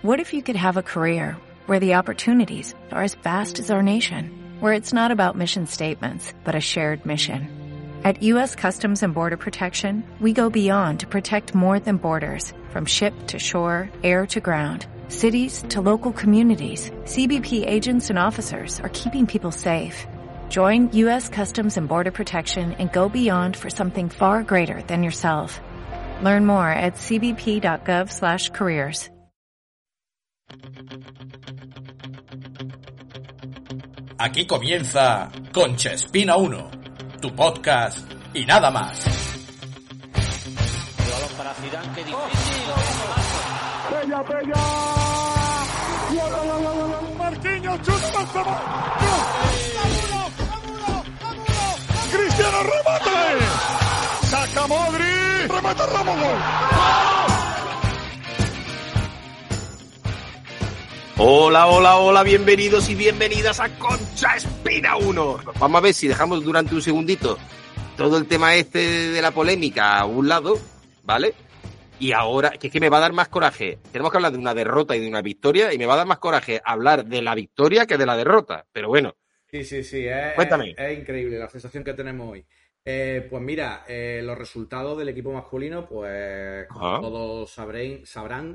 What if you could have a career where the opportunities are as vast as our nation, where it's not about mission statements, but a shared mission? At U.S. Customs and Border Protection, we go beyond to protect more than borders. From ship to shore, air to ground, cities to local communities, CBP agents and officers are keeping people safe. Join U.S. Customs and Border Protection and go beyond for something far greater than yourself. Learn more at cbp.gov/careers. Aquí comienza Concha Espina 1, tu podcast y nada más. Balón para Zidane, qué difícil. ¡Pega! Marquinhos, chuta, Cristiano, remate. Saca Modri, remata Ramos, gol. Hola, bienvenidos y bienvenidas a Concha Espina 1. Vamos a ver si dejamos durante un segundito todo el tema de la polémica a un lado, ¿vale? Y ahora, que es que me va a dar más coraje. Tenemos que hablar de una derrota y de una victoria, y me va a dar más coraje hablar de la victoria que de la derrota. Pero bueno. Sí, Cuéntame. Es increíble la sensación que tenemos hoy. Pues mira, los resultados del equipo masculino, pues como todos sabrán,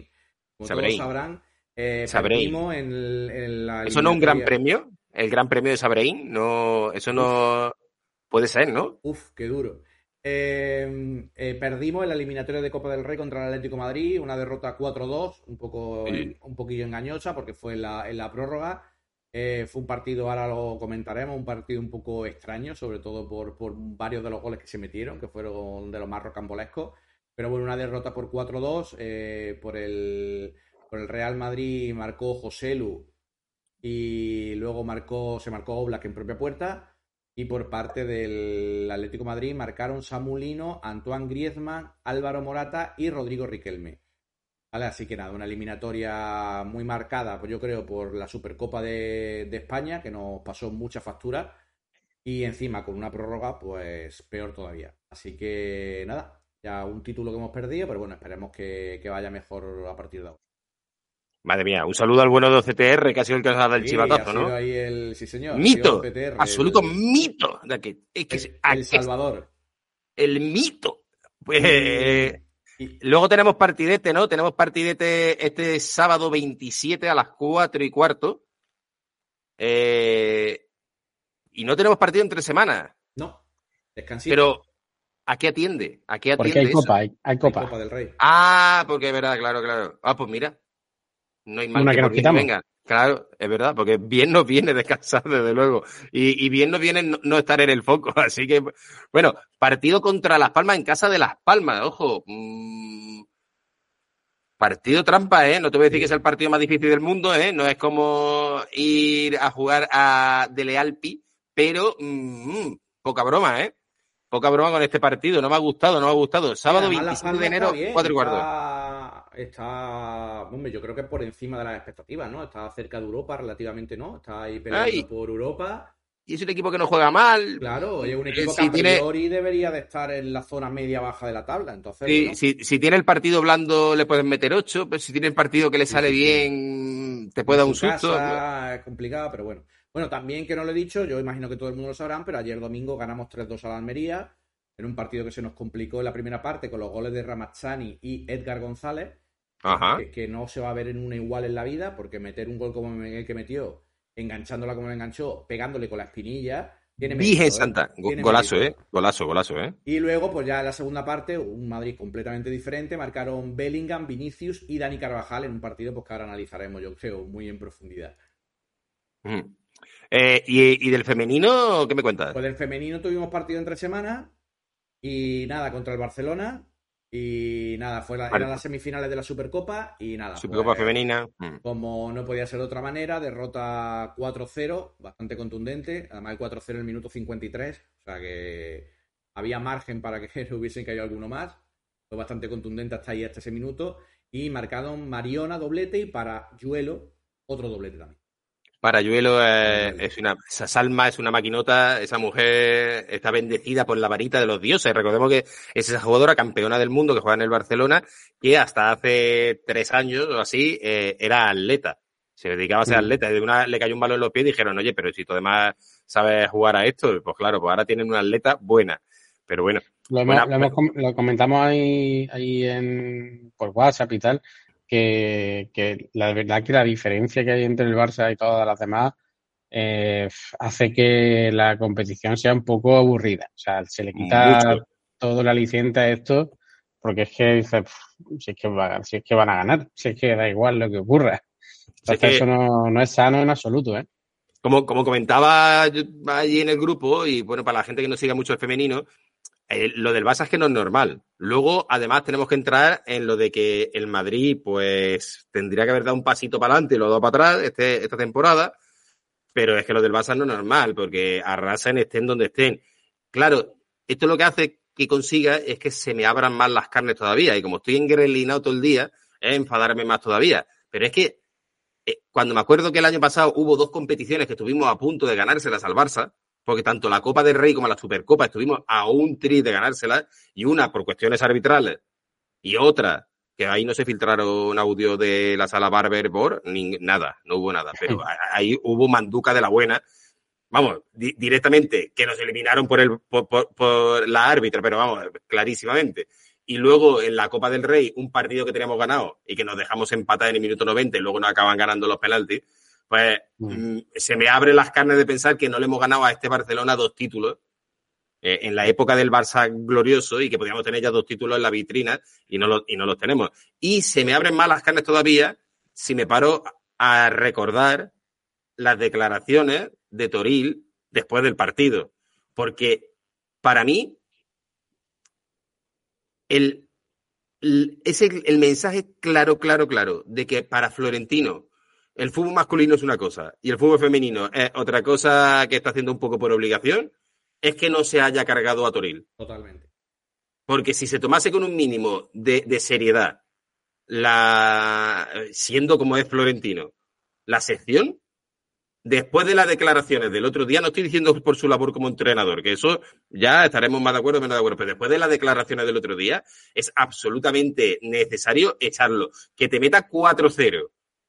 perdimos en la... ¿Eso no es un gran premio? ¿El gran premio de Sabreín? No, eso no puede ser, ¿no? Uf, qué duro. Perdimos en la eliminatoria de Copa del Rey contra el Atlético de Madrid, una derrota 4-2, un poquillo engañosa porque fue en la prórroga. Fue un partido, ahora lo comentaremos, un partido un poco extraño, sobre todo por varios de los goles que se metieron, que fueron de los más rocambolescos. Pero bueno, una derrota por 4-2, por el Real Madrid marcó Joselu y luego se marcó Oblak en propia puerta. Y por parte del Atlético de Madrid marcaron Samu Lino, Antoine Griezmann, Álvaro Morata y Rodrigo Riquelme. Vale, así que nada, una eliminatoria muy marcada, pues yo creo, por la Supercopa de España, que nos pasó mucha factura. Y encima, con una prórroga, pues peor todavía. Así que nada, ya un título que hemos perdido, pero bueno, esperemos que vaya mejor a partir de ahora. Madre mía, un saludo al bueno de OCTR, que ha sido el que nos ha dado el chivatazo, ¿no? Ahí sí, señor. Mito, OCTR, absoluto mito. El Salvador. El mito. Pues luego tenemos partidete, ¿no? Tenemos partidete este sábado 27 a las 4:15. Y no tenemos partido entre semanas. No, descansito. Pero, ¿a qué atiende? ¿A qué atiende? Porque hay eso? Copa, hay Copa del Rey. Ah, porque es verdad, claro. Ah, pues mira. No hay mal una que nos quitamos. Venga, claro, es verdad, porque bien nos viene descansar, desde luego. Y bien nos viene no estar en el foco. Así que, bueno, partido contra Las Palmas en casa de Las Palmas, ojo. Partido trampa, ¿eh? No te voy a decir que es el partido más difícil del mundo, ¿eh? No es como ir a jugar a Dele Alpi, pero poca broma, ¿eh? Poca broma con este partido. No me ha gustado. Sábado 25 de enero, 4:15. Hombre, yo creo que por encima de las expectativas, ¿no? Está cerca de Europa, relativamente, ¿no? Está ahí peleando por Europa. Y es un equipo que no juega mal. Claro, es un equipo que a priori debería de estar en la zona media-baja de la tabla. Entonces, sí, bueno. si tiene el partido blando le puedes meter 8, pero si tiene el partido que le sale bien, te puede dar un susto. Es complicado, pero bueno. Bueno, también que no lo he dicho, yo imagino que todo el mundo lo sabrán, pero ayer domingo ganamos 3-2 a la Almería, en un partido que se nos complicó en la primera parte con los goles de Ramazzani y Edgar González, que no se va a ver en una igual en la vida, porque meter un gol como el que metió, enganchándola como lo enganchó, pegándole con la espinilla, tiene mérito. Virgen Santa, golazo, golazo. Y luego, pues ya en la segunda parte, un Madrid completamente diferente, marcaron Bellingham, Vinicius y Dani Carvajal en un partido pues que ahora analizaremos, yo creo, muy en profundidad. ¿Y del femenino qué me cuentas? Pues del femenino tuvimos partido entre semanas y nada, contra el Barcelona y nada, eran las semifinales de la Supercopa y nada. Supercopa pues, femenina. Como no podía ser de otra manera, derrota 4-0, bastante contundente, además el 4-0 en el minuto 53, o sea que había margen para que no hubiesen caído alguno más, fue bastante contundente hasta ese minuto y marcaron Mariona doblete y para Yuelo otro doblete también. Parayuelo Salma es una maquinota, esa mujer está bendecida por la varita de los dioses. Recordemos que es esa jugadora campeona del mundo que juega en el Barcelona, que hasta hace 3 años o así era atleta. Se dedicaba a ser atleta. De una le cayó un balón en los pies y dijeron, oye, pero si tú además sabes jugar a esto, pues claro, pues ahora tienen una atleta buena. Pero bueno. Lo comentamos ahí por WhatsApp y tal, que la verdad que la diferencia que hay entre el Barça y todas las demás hace que la competición sea un poco aburrida. O sea, se le quita todo el aliciente a esto, porque es que dices, si es que van a ganar, si es que da igual lo que ocurra. Entonces eso no es sano en absoluto, ¿eh? Como comentaba allí en el grupo, y bueno, para la gente que no siga mucho el femenino, lo del Barça es que no es normal. Luego, además, tenemos que entrar en lo de que el Madrid, pues, tendría que haber dado un pasito para adelante y lo ha dado para atrás esta temporada, pero es que lo del Barça no es normal, porque arrasan estén donde estén. Claro, esto lo que hace que consiga es que se me abran más las carnes todavía, y como estoy engrelinado todo el día, es enfadarme más todavía. Pero es que cuando me acuerdo que el año pasado hubo 2 competiciones que estuvimos a punto de ganárselas al Barça, porque tanto la Copa del Rey como la Supercopa estuvimos a un tris de ganárselas, y una por cuestiones arbitrales y otra que ahí no se filtraron audios de la sala Barber nada, no hubo nada, pero ahí hubo manduca de la buena. Vamos, directamente que nos eliminaron por la árbitra, pero vamos, clarísimamente. Y luego en la Copa del Rey, un partido que teníamos ganado y que nos dejamos empatar en el minuto 90 y luego nos acaban ganando los penaltis, pues se me abren las carnes de pensar que no le hemos ganado a este Barcelona 2 títulos en la época del Barça glorioso, y que podíamos tener ya 2 títulos en la vitrina y no los tenemos. Y se me abren más las carnes todavía si me paro a recordar las declaraciones de Toril después del partido. Porque para mí es el mensaje claro de que para Florentino el fútbol masculino es una cosa y el fútbol femenino es otra cosa que está haciendo un poco por obligación, es que no se haya cargado a Toril. Totalmente. Porque si se tomase con un mínimo de seriedad, siendo como es Florentino, la sección, después de las declaraciones del otro día, no estoy diciendo por su labor como entrenador, que eso ya estaremos más de acuerdo o menos de acuerdo, pero después de las declaraciones del otro día, es absolutamente necesario echarlo. Que te meta 4-0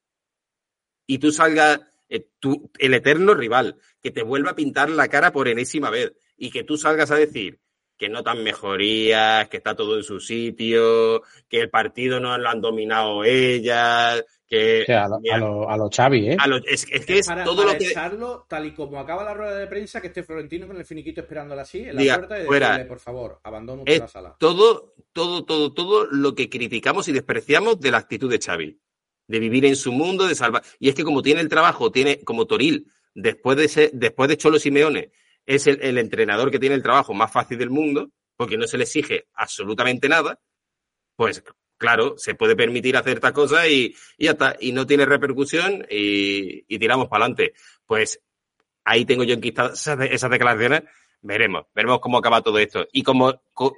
y tú salgas, el eterno rival, que te vuelva a pintar la cara por enésima vez y que tú salgas a decir que notan mejorías, que está todo en su sitio, que el partido no lo han dominado ellas, que... O sea, a lo Xavi, ¿eh? Es que es para, todo para lo que... echarlo, tal y como acaba la rueda de prensa, que esté Florentino con el finiquito esperándole así en la puerta y decirle, por favor, abandona usted la sala. Todo lo que criticamos y despreciamos de la actitud de Xavi, de vivir en su mundo, de salvar... Y es que como tiene el trabajo, tiene como Toril, después de Cholo Simeone, es el entrenador que tiene el trabajo más fácil del mundo, porque no se le exige absolutamente nada, pues claro, se puede permitir hacer estas cosas y ya está, y no tiene repercusión y tiramos para adelante. Pues ahí tengo yo enquistadas esas declaraciones. Veremos cómo acaba todo esto. Y como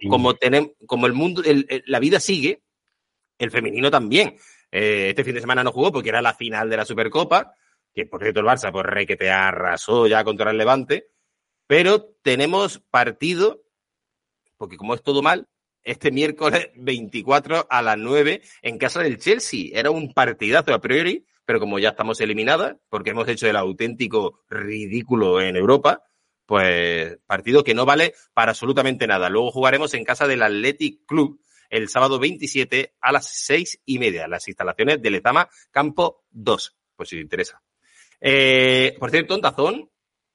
el mundo, la vida sigue, el femenino también. Este fin de semana no jugó porque era la final de la Supercopa, que por cierto el Barça pues requete arrasó ya contra el Levante, pero tenemos partido, porque como es todo mal, este miércoles 24 a las 9 en casa del Chelsea. Era un partidazo a priori, pero como ya estamos eliminadas, porque hemos hecho el auténtico ridículo en Europa, pues partido que no vale para absolutamente nada. Luego jugaremos en casa del Athletic Club el sábado 27 a las 6:30, las instalaciones del Lezama Campo 2, pues si te interesa. Por cierto, DAZN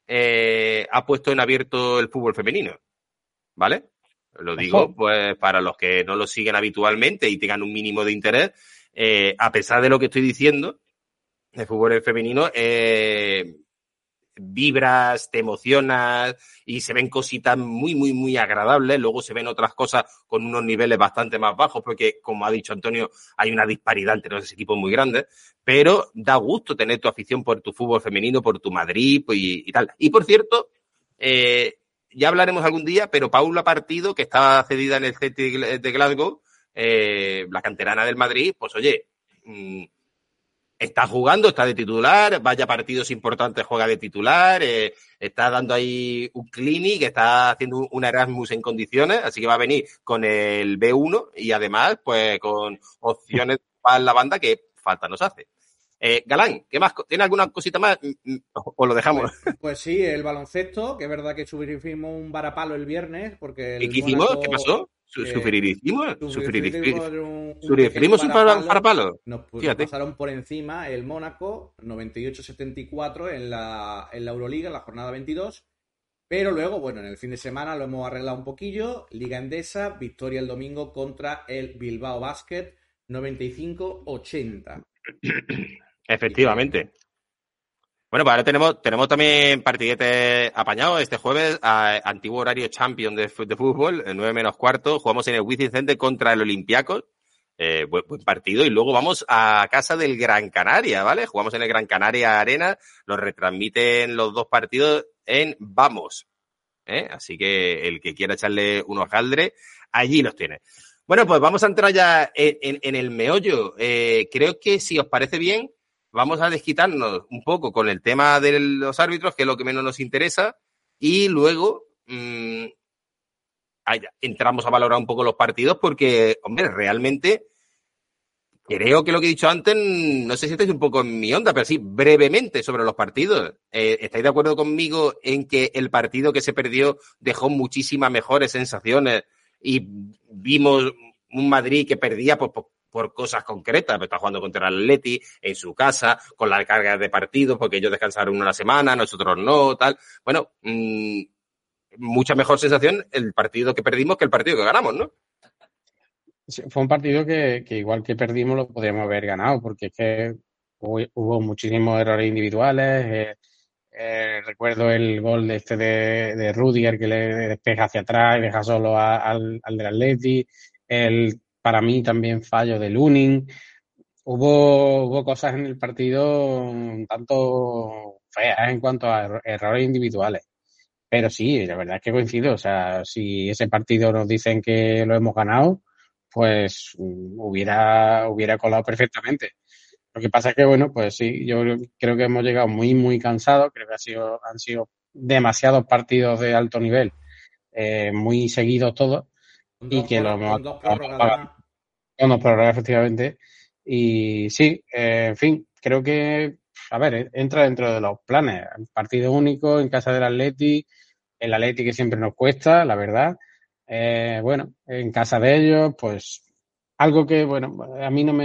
ha puesto en abierto el fútbol femenino, ¿vale? Lo digo pues para los que no lo siguen habitualmente y tengan un mínimo de interés. A pesar de lo que estoy diciendo, el fútbol femenino vibras, te emocionas y se ven cositas muy, muy, muy agradables. Luego se ven otras cosas con unos niveles bastante más bajos porque, como ha dicho Antonio, hay una disparidad entre los equipos muy grandes, pero da gusto tener tu afición por tu fútbol femenino, por tu Madrid pues, y tal. Y por cierto, ya hablaremos algún día, pero Paula Partido, que está cedida en el Celtic de Glasgow, la canterana del Madrid, pues oye, está jugando, está de titular, vaya partidos importantes juega de titular, está dando ahí un clinic, está haciendo un Erasmus en condiciones, así que va a venir con el B1 y además pues con opciones para la banda que falta nos hace. Galán, ¿qué más? ¿Tiene alguna cosita más? ¿O lo dejamos? Pues sí, el baloncesto, que es verdad que sufrimos un varapalo el viernes, porque ¿Y qué hicimos? Mónaco, ¿Qué pasó? ¿Sufrimos un varapalo. varapalo? Nos pasaron por encima el Mónaco, 98-74 en la Euroliga, en la jornada 22. Pero luego, bueno, en el fin de semana lo hemos arreglado un poquillo. Liga Endesa, victoria el domingo contra el Bilbao Basket, 95-80. Efectivamente. Bueno, pues ahora tenemos también partidete apañado este jueves, antiguo horario champion de fútbol, 9 menos cuarto, jugamos en el Wizzing Center contra el Olympiacos, buen partido, y luego vamos a casa del Gran Canaria, ¿vale? Jugamos en el Gran Canaria Arena, los retransmiten los dos partidos en Vamos, así que el que quiera echarle un hojaldre, allí los tiene. Bueno, pues vamos a entrar ya en el meollo. Creo que si os parece bien, vamos a desquitarnos un poco con el tema de los árbitros, que es lo que menos nos interesa, y luego entramos a valorar un poco los partidos porque, hombre, realmente creo que lo que he dicho antes, no sé si estáis un poco en mi onda, pero sí, brevemente sobre los partidos. ¿Estáis de acuerdo conmigo en que el partido que se perdió dejó muchísimas mejores sensaciones y vimos un Madrid que perdía por cosas concretas? Está jugando contra el Atleti en su casa, con las cargas de partidos, porque ellos descansaron una semana, nosotros no, tal. Bueno, mucha mejor sensación el partido que perdimos que el partido que ganamos, ¿no? Sí, fue un partido que igual que perdimos lo podríamos haber ganado, porque es que hubo muchísimos errores individuales. Recuerdo el gol de Rudiger que le despeja hacia atrás y deja solo al del Atleti. Para mí también fallo de Lunin. Hubo cosas en el partido un tanto feas en cuanto a errores individuales. Pero sí, la verdad es que coincido. O sea, si ese partido nos dicen que lo hemos ganado, pues hubiera colado perfectamente. Lo que pasa es que, bueno, pues sí, yo creo que hemos llegado muy, muy cansados. Creo que han sido demasiados partidos de alto nivel, muy seguidos todos. Y que lo hemos pagado. Con dos prórrogas, efectivamente. Y sí, en fin, creo que, a ver, entra dentro de los planes. Partido único en casa del Atleti, el Atleti que siempre nos cuesta, la verdad. Bueno, en casa de ellos, pues algo que, bueno, a mí no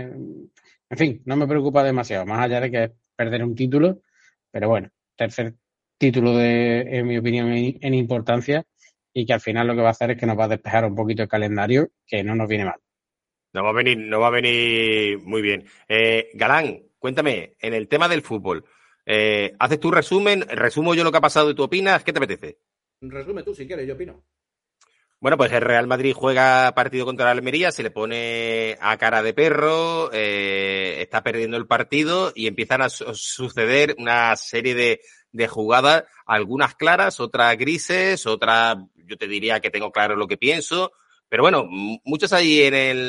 me preocupa demasiado, más allá de que es perder un título, pero bueno, tercer título en mi opinión, en importancia, y que al final lo que va a hacer es que nos va a despejar un poquito el calendario, que no nos viene mal. No va a venir muy bien. Galán, cuéntame, en el tema del fútbol, ¿haces tu resumen? ¿Resumo yo lo que ha pasado y tú opinas? ¿Qué te apetece? Resume tú si quieres, yo opino. Bueno, pues el Real Madrid juega partido contra la Almería, se le pone a cara de perro, está perdiendo el partido y empiezan a suceder una serie de jugadas, algunas claras, otras grises, otras yo te diría que tengo claro lo que pienso, pero bueno, muchas ahí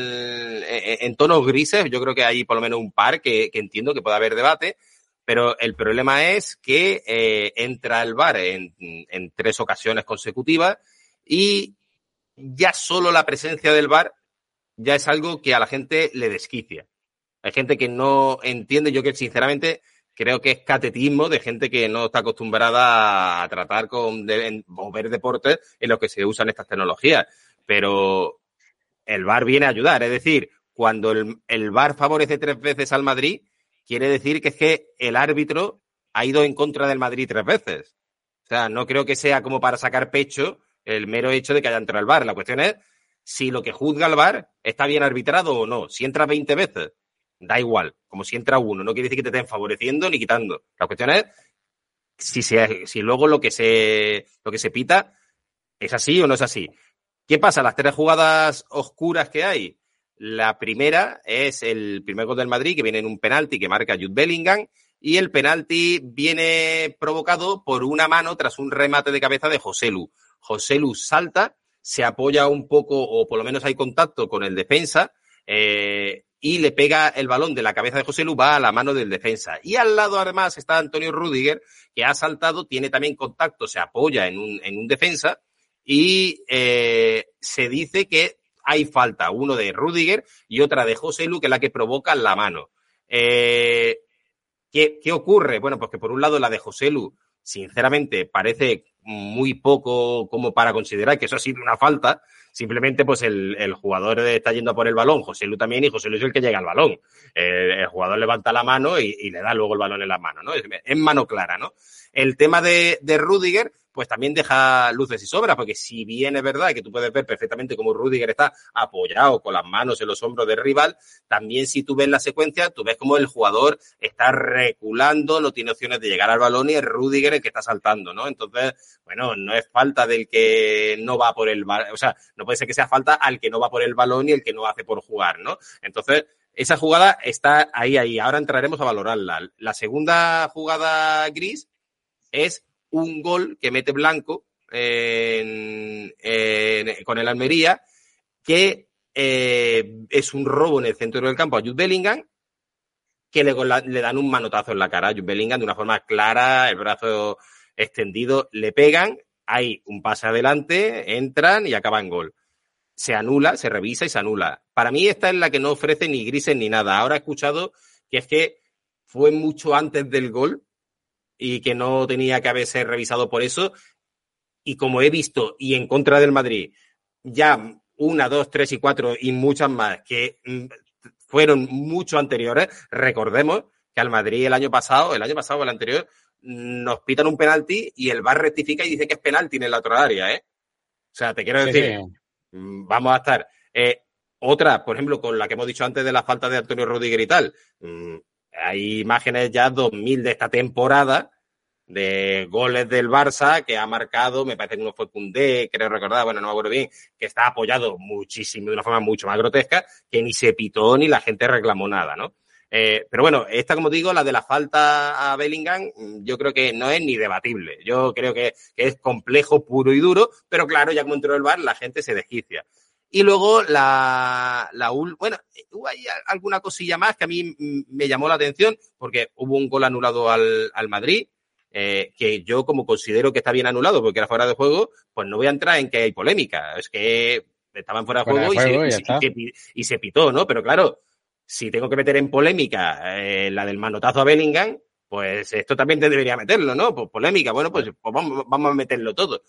en tonos grises, yo creo que hay por lo menos un par que entiendo que puede haber debate, pero el problema es que entra el VAR en 3 ocasiones consecutivas y ya solo la presencia del VAR ya es algo que a la gente le desquicia. Hay gente que no entiende, yo que sinceramente creo que es catetismo de gente que no está acostumbrada a tratar o ver deportes en los que se usan estas tecnologías. Pero el VAR viene a ayudar, es decir, cuando el VAR favorece 3 veces al Madrid, quiere decir que es que el árbitro ha ido en contra del Madrid 3 veces. O sea, no creo que sea como para sacar pecho el mero hecho de que haya entrado el VAR. La cuestión es si lo que juzga el VAR está bien arbitrado o no. Si entra 20 veces, da igual. Como si entra uno. No quiere decir que te estén favoreciendo ni quitando. La cuestión es si luego lo que se pita es así o no es así. ¿Qué pasa? Las 3 jugadas oscuras que hay. La primera es el primer gol del Madrid, que viene en un penalti que marca Jude Bellingham, y el penalti viene provocado por una mano tras un remate de cabeza de Joselu. Joselu salta, se apoya un poco, o por lo menos hay contacto con el defensa, y le pega el balón de la cabeza de Joselu, va a la mano del defensa. Y al lado, además, está Antonio Rüdiger, que ha saltado, tiene también contacto, se apoya en un defensa y se dice que hay falta, uno de Rüdiger y otra de Joselu, que es la que provoca la mano. ¿Qué ocurre? Bueno, pues que por un lado la de Joselu, sinceramente, parece muy poco como para considerar que eso ha sido una falta. Simplemente, pues el jugador está yendo a por el balón, Joselu también, y Joselu es el que llega al balón. El jugador levanta la mano y le da luego el balón en la mano, ¿no? Es mano clara, ¿no? El tema de Rüdiger, pues también deja luces y sobras, porque si bien es verdad que tú puedes ver perfectamente cómo Rüdiger está apoyado con las manos en los hombros del rival, también si tú ves la secuencia, tú ves cómo el jugador está reculando, no tiene opciones de llegar al balón y es Rüdiger el que está saltando, ¿no? Entonces, bueno, no es falta del que no va por el balón, o sea, no puede ser que sea falta al que no va por el balón y el que no hace por jugar, ¿no? Entonces, esa jugada está ahí. Ahora entraremos a valorarla. La segunda jugada gris es un gol que mete Blanco con el Almería, que es un robo en el centro del campo a Jude Bellingham, que le dan un manotazo en la cara a Jude Bellingham de una forma clara, el brazo extendido, le pegan, hay un pase adelante, entran y acaba en gol. Se anula, se revisa y se anula. Para mí esta es la que no ofrece ni grises ni nada. Ahora he escuchado que es que fue mucho antes del gol y que no tenía que haberse revisado por eso. Y como he visto, y en contra del Madrid, ya 1, 2, 3 y 4 y muchas más que fueron mucho anteriores, recordemos que al Madrid el año pasado o el anterior, nos pitan un penalti y el VAR rectifica y dice que es penalti en la otra área, ¿eh? O sea, te quiero decir, sí. Vamos a estar. Otra, por ejemplo, con la que hemos dicho antes de la falta de Antonio Rüdiger y tal, hay imágenes ya 2000 de esta temporada de goles del Barça que ha marcado, me parece que uno fue Koundé, creo recordar, bueno, no me acuerdo bien, que está apoyado muchísimo, de una forma mucho más grotesca, que ni se pitó ni la gente reclamó nada, ¿no? Pero bueno, esta, como digo, la de la falta a Bellingham, yo creo que no es ni debatible. Yo creo que es complejo, puro y duro, pero claro, ya como entró el VAR, la gente se desquicia. Y luego bueno, hubo ahí alguna cosilla más que a mí me llamó la atención, porque hubo un gol anulado al Madrid, que yo como considero que está bien anulado porque era fuera de juego, pues no voy a entrar en que hay polémica. Es que estaban fuera de juego y se pitó, ¿no? Pero claro, si tengo que meter en polémica la del manotazo a Bellingham, pues esto también te debería meterlo, ¿no? Pues polémica, bueno, pues vamos a meterlo todo.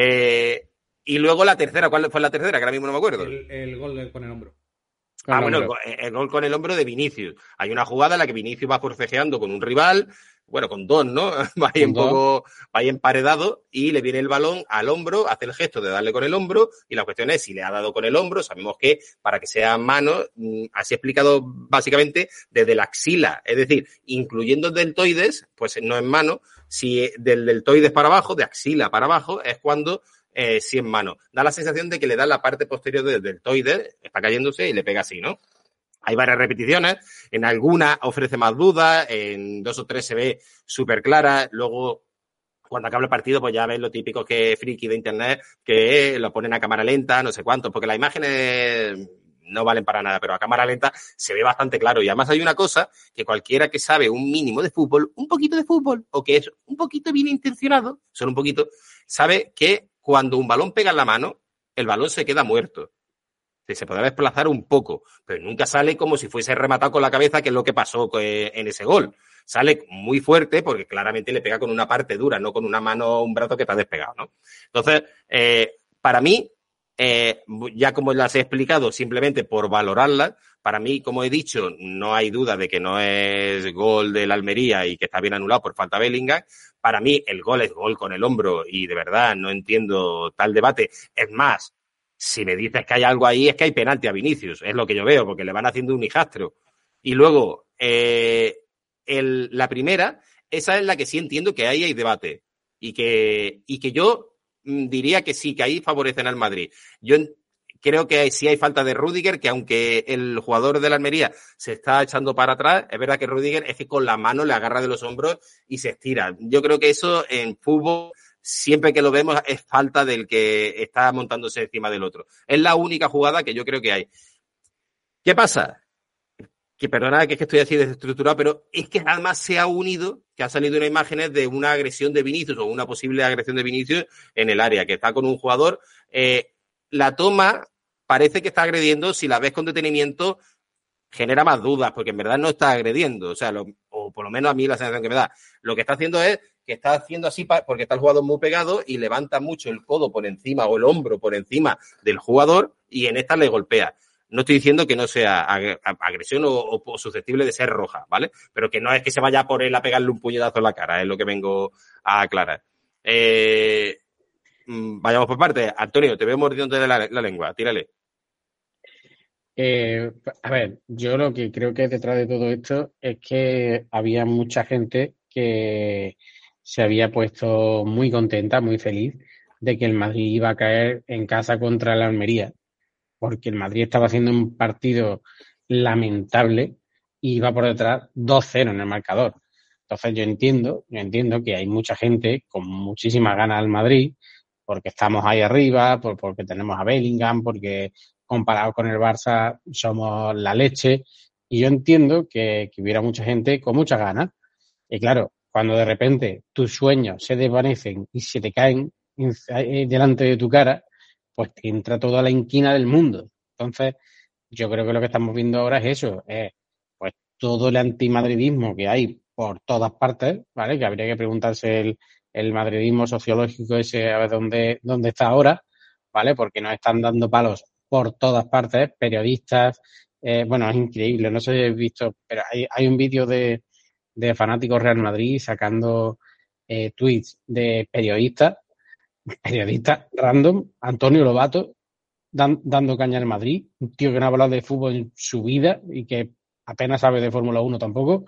Y luego la tercera, ¿cuál fue la tercera? Que ahora mismo no me acuerdo. El gol con el hombro. Bueno, el gol con el hombro de Vinicius. Hay una jugada en la que Vinicius va forcejeando con un rival, bueno, con dos, ¿no? Va ahí emparedado y le viene el balón al hombro, hace el gesto de darle con el hombro y la cuestión es si le ha dado con el hombro, sabemos que para que sea mano, así explicado básicamente, desde la axila, es decir, incluyendo deltoides, pues no es mano, si del deltoides para abajo, de axila para abajo, es cuando sí es mano. Da la sensación de que le da la parte posterior del deltoide, está cayéndose y le pega así, ¿no? Hay varias repeticiones, en alguna ofrece más dudas, en 2 o 3 se ve súper clara, luego cuando acaba el partido pues ya ves lo típico que friki de internet, que lo ponen a cámara lenta, no sé cuánto, porque las imágenes no valen para nada, pero a cámara lenta se ve bastante claro. Y además hay una cosa que cualquiera que sabe un mínimo de fútbol, un poquito de fútbol, o que es un poquito bien intencionado, solo un poquito, sabe que cuando un balón pega en la mano, el balón se queda muerto. Se podrá desplazar un poco, pero nunca sale como si fuese rematado con la cabeza, que es lo que pasó en ese gol. Sale muy fuerte porque claramente le pega con una parte dura, no con una mano o un brazo que está despegado, ¿no? Entonces, para mí, ya como las he explicado, simplemente por valorarlas, para mí, como he dicho, no hay duda de que no es gol del Almería y que está bien anulado por falta Bellingham. Para mí, el gol es gol con el hombro y de verdad no entiendo tal debate. Es más, si me dices que hay algo ahí, es que hay penalti a Vinicius, es lo que yo veo, porque le van haciendo un hijastro. Y luego, la primera, esa es la que sí entiendo que ahí hay debate. Y que yo diría que sí, que ahí favorecen al Madrid. Yo creo que sí hay falta de Rüdiger, que aunque el jugador de la Almería se está echando para atrás, es verdad que Rüdiger es que con la mano le agarra de los hombros y se estira. Yo creo que eso en fútbol, siempre que lo vemos, es falta del que está montándose encima del otro. Es la única jugada que yo creo que hay. ¿Qué pasa? que perdona que es que estoy así desestructurado, pero es que además se ha unido, que ha salido unas imágenes de una agresión de Vinicius o una posible agresión de Vinicius en el área, que está con un jugador. La toma parece que está agrediendo, si la ves con detenimiento, genera más dudas, porque en verdad no está agrediendo, o sea, o por lo menos a mí la sensación que me da. Lo que está haciendo es que está haciendo así porque está el jugador muy pegado y levanta mucho el codo por encima o el hombro por encima del jugador y en esta le golpea. No estoy diciendo que no sea agresión o susceptible de ser roja, ¿vale? Pero que no es que se vaya por él a pegarle un puñetazo en la cara, es lo que vengo a aclarar. Vayamos por partes. Antonio, te veo mordiendo de la lengua, tírale. A ver, yo lo que creo que detrás de todo esto es que había mucha gente que se había puesto muy contenta, muy feliz de que el Madrid iba a caer en casa contra el Almería, porque el Madrid estaba haciendo un partido lamentable y iba por detrás 2-0 en el marcador. Entonces yo entiendo que hay mucha gente con muchísimas ganas al Madrid, porque estamos ahí arriba, porque tenemos a Bellingham, porque comparado con el Barça somos la leche, y yo entiendo que hubiera mucha gente con muchas ganas. Y claro, cuando de repente tus sueños se desvanecen y se te caen delante de tu cara, pues te entra toda la inquina del mundo. Entonces, yo creo que lo que estamos viendo ahora es eso, pues todo el antimadridismo que hay por todas partes, ¿vale? Que habría que preguntarse el madridismo sociológico ese a ver dónde está ahora, ¿vale? Porque nos están dando palos por todas partes, periodistas, bueno, es increíble, no sé si habéis visto, pero hay un vídeo de fanáticos Real Madrid sacando tweets de periodistas random, Antonio Lobato, dando caña al Madrid, un tío que no ha hablado de fútbol en su vida y que apenas sabe de Fórmula 1 tampoco,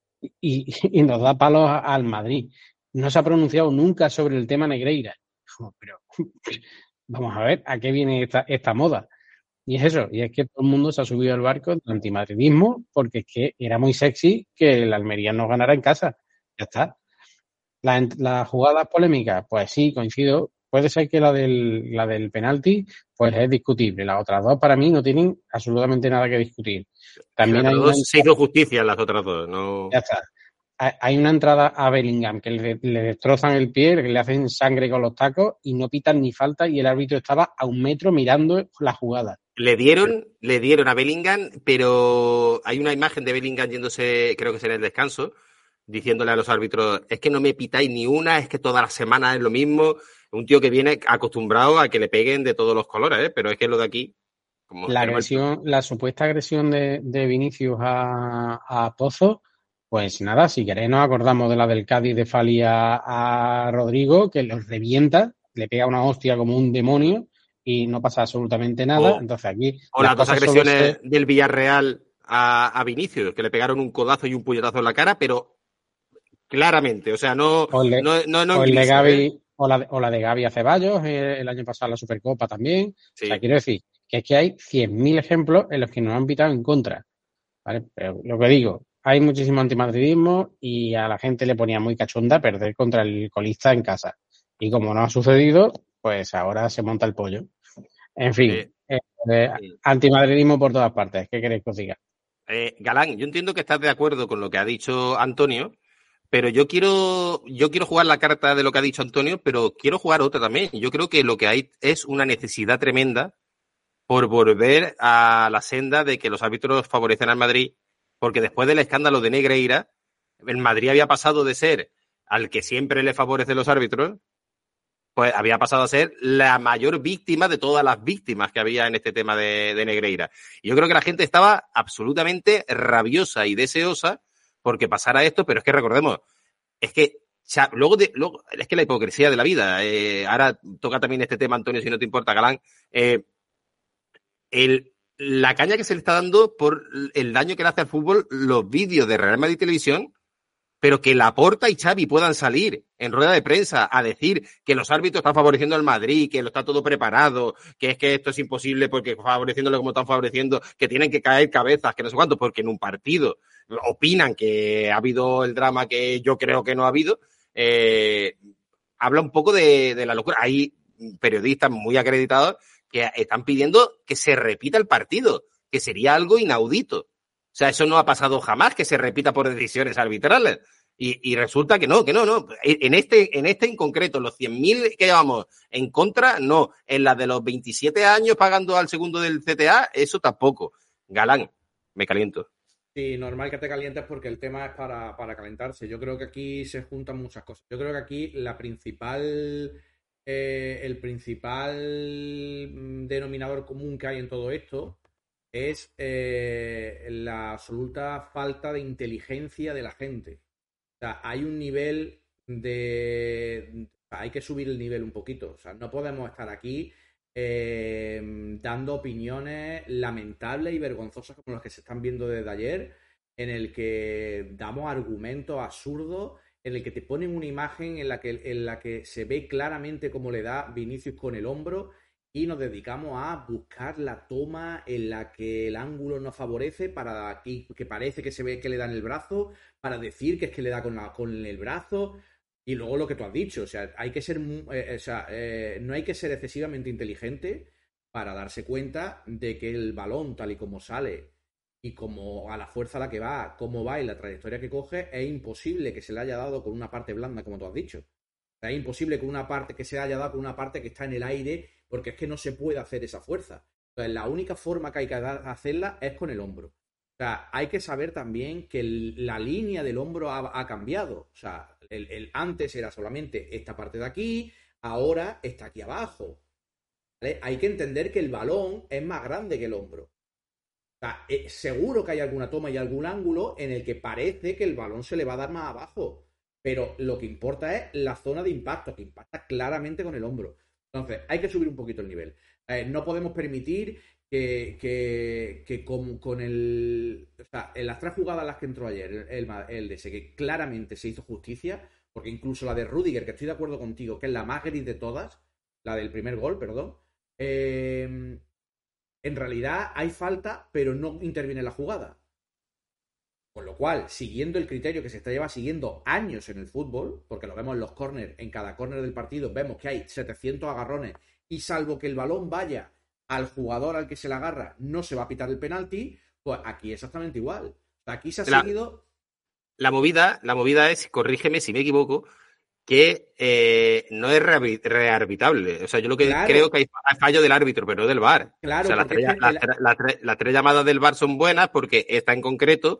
y nos da palos al Madrid. No se ha pronunciado nunca sobre el tema Negreira. Pero vamos a ver a qué viene esta moda. Y es eso, y es que todo el mundo se ha subido al barco del antimadridismo porque es que era muy sexy que el Almería no ganara en casa. Ya está. Las jugadas polémicas, pues sí, coincido. Puede ser que la del penalti, pues es discutible. Las otras dos para mí no tienen absolutamente nada que discutir. También se hizo justicia en las otras dos, ¿no? Ya está. Hay una entrada a Bellingham que le destrozan el pie, que le hacen sangre con los tacos y no pitan ni falta y el árbitro estaba a 1 metro mirando la jugada. Le dieron a Bellingham, pero hay una imagen de Bellingham yéndose, creo que será en el descanso, diciéndole a los árbitros, es que no me pitáis ni una, es que toda la semana es lo mismo. Un tío que viene acostumbrado a que le peguen de todos los colores, pero es que lo de aquí... Como la supuesta agresión de Vinicius a Pozo, pues nada, si queréis nos acordamos de la del Cádiz de Fali a Rodrigo, que los revienta, le pega una hostia como un demonio y no pasa absolutamente nada. Entonces aquí... O las dos agresiones del Villarreal a Vinicius, que le pegaron un codazo y un puñetazo en la cara, pero claramente, o sea, no la de Gavi a Ceballos el año pasado, la Supercopa también. Sí. O sea, quiero decir que es que hay 100.000 ejemplos en los que nos han pitado en contra, ¿vale? Pero lo que digo, hay muchísimo antimadridismo y a la gente le ponía muy cachonda perder contra el colista en casa. Y como no ha sucedido, pues ahora se monta el pollo. En fin, antimadridismo por todas partes. ¿Qué queréis que os diga? Galán, yo entiendo que estás de acuerdo con lo que ha dicho Antonio, pero yo quiero jugar la carta de lo que ha dicho Antonio, pero quiero jugar otra también. Yo creo que lo que hay es una necesidad tremenda por volver a la senda de que los árbitros favorecen al Madrid, porque después del escándalo de Negreira, el Madrid había pasado de ser al que siempre le favorecen los árbitros, pues había pasado a ser la mayor víctima de todas las víctimas que había en este tema de Negreira. Y yo creo que la gente estaba absolutamente rabiosa y deseosa porque pasara esto, pero es que recordemos, es que luego es que la hipocresía de la vida, ahora toca también este tema, Antonio, si no te importa, Galán, la caña que se le está dando por el daño que le hace al fútbol los vídeos de Real Madrid Televisión, pero que Laporta y Xavi puedan salir en rueda de prensa a decir que los árbitros están favoreciendo al Madrid, que lo está todo preparado, que es que esto es imposible porque favoreciéndolo como están favoreciendo, que tienen que caer cabezas, que no sé cuánto, porque en un partido opinan que ha habido el drama que yo creo que no ha habido, habla un poco de la locura. Hay periodistas muy acreditados que están pidiendo que se repita el partido, que sería algo inaudito. O sea, eso no ha pasado jamás que se repita por decisiones arbitrales. Y resulta que no. En este en concreto, los 100.000 que llevamos en contra, no. En la de los 27 años pagando al segundo del CTA, eso tampoco. Galán, me caliento. Sí, normal que te calientes porque el tema es para calentarse. Yo creo que aquí se juntan muchas cosas. Yo creo que aquí el principal denominador común que hay en todo esto es la absoluta falta de inteligencia de la gente. O sea, hay un nivel hay que subir el nivel un poquito. O sea, no podemos estar aquí dando opiniones lamentables y vergonzosas como las que se están viendo desde ayer, en el que damos argumentos absurdos, en el que te ponen una imagen en la que se ve claramente cómo le da Vinicius con el hombro y nos dedicamos a buscar la toma en la que el ángulo nos favorece para que parece que se ve que le da en el brazo, para decir que es que le da con el brazo. Y luego lo que tú has dicho, o sea, hay que ser, no hay que ser excesivamente inteligente para darse cuenta de que el balón, tal y como sale y como a la fuerza a la que va, cómo va y la trayectoria que coge, es imposible que se le haya dado con una parte blanda, como tú has dicho. O sea, es imposible que se haya dado con una parte que está en el aire, porque es que no se puede hacer esa fuerza. Entonces, la única forma que hay que hacerla es con el hombro. O sea, hay que saber también que la línea del hombro ha cambiado. O sea, antes era solamente esta parte de aquí, ahora está aquí abajo. ¿Vale? Hay que entender que el balón es más grande que el hombro. O sea, seguro que hay alguna toma y algún ángulo en el que parece que el balón se le va a dar más abajo. Pero lo que importa es la zona de impacto, que impacta claramente con el hombro. Entonces, hay que subir un poquito el nivel. No podemos permitir que con el... O sea, en las 3 jugadas en las que entró ayer el DS, que claramente se hizo justicia, porque incluso la de Rüdiger, que estoy de acuerdo contigo, que es la más gris de todas, la del primer gol, perdón, en realidad hay falta, pero no interviene en la jugada. Con lo cual, siguiendo el criterio que se lleva siguiendo años en el fútbol, porque lo vemos en los córners, en cada córner del partido vemos que hay 700 agarrones y salvo que el balón vaya al jugador al que se le agarra, no se va a pitar el penalti, pues aquí exactamente igual. Aquí se ha seguido... La movida es, corrígeme si me equivoco, que no es rearbitrable. O sea, yo lo que creo que hay fallo del árbitro, pero no del VAR. Claro, o sea, las 3 llamadas del VAR son buenas porque esta en concreto,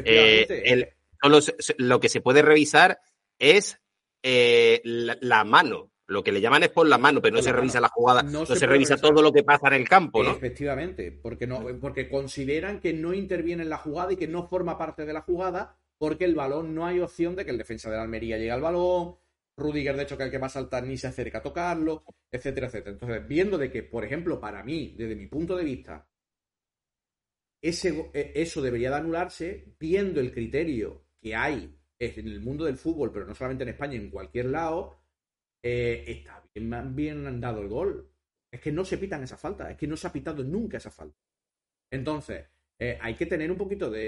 lo que se puede revisar es la mano. Lo que le llaman es por la mano, pero no se revisa la jugada, no se revisa todo lo que pasa en el campo, ¿no? Efectivamente, porque consideran que no interviene en la jugada y que no forma parte de la jugada, porque el balón no hay opción de que el defensa de la Almería llegue al balón, Rüdiger, de hecho, que el que va a saltar ni se acerca a tocarlo, etcétera, etcétera. Entonces, viendo de que, por ejemplo, para mí, desde mi punto de vista, eso debería de anularse, viendo el criterio que hay en el mundo del fútbol, pero no solamente en España, en cualquier lado, está bien dado el gol. Es que no se pitan esa falta, es que no se ha pitado nunca esa falta. Entonces, hay que tener un poquito de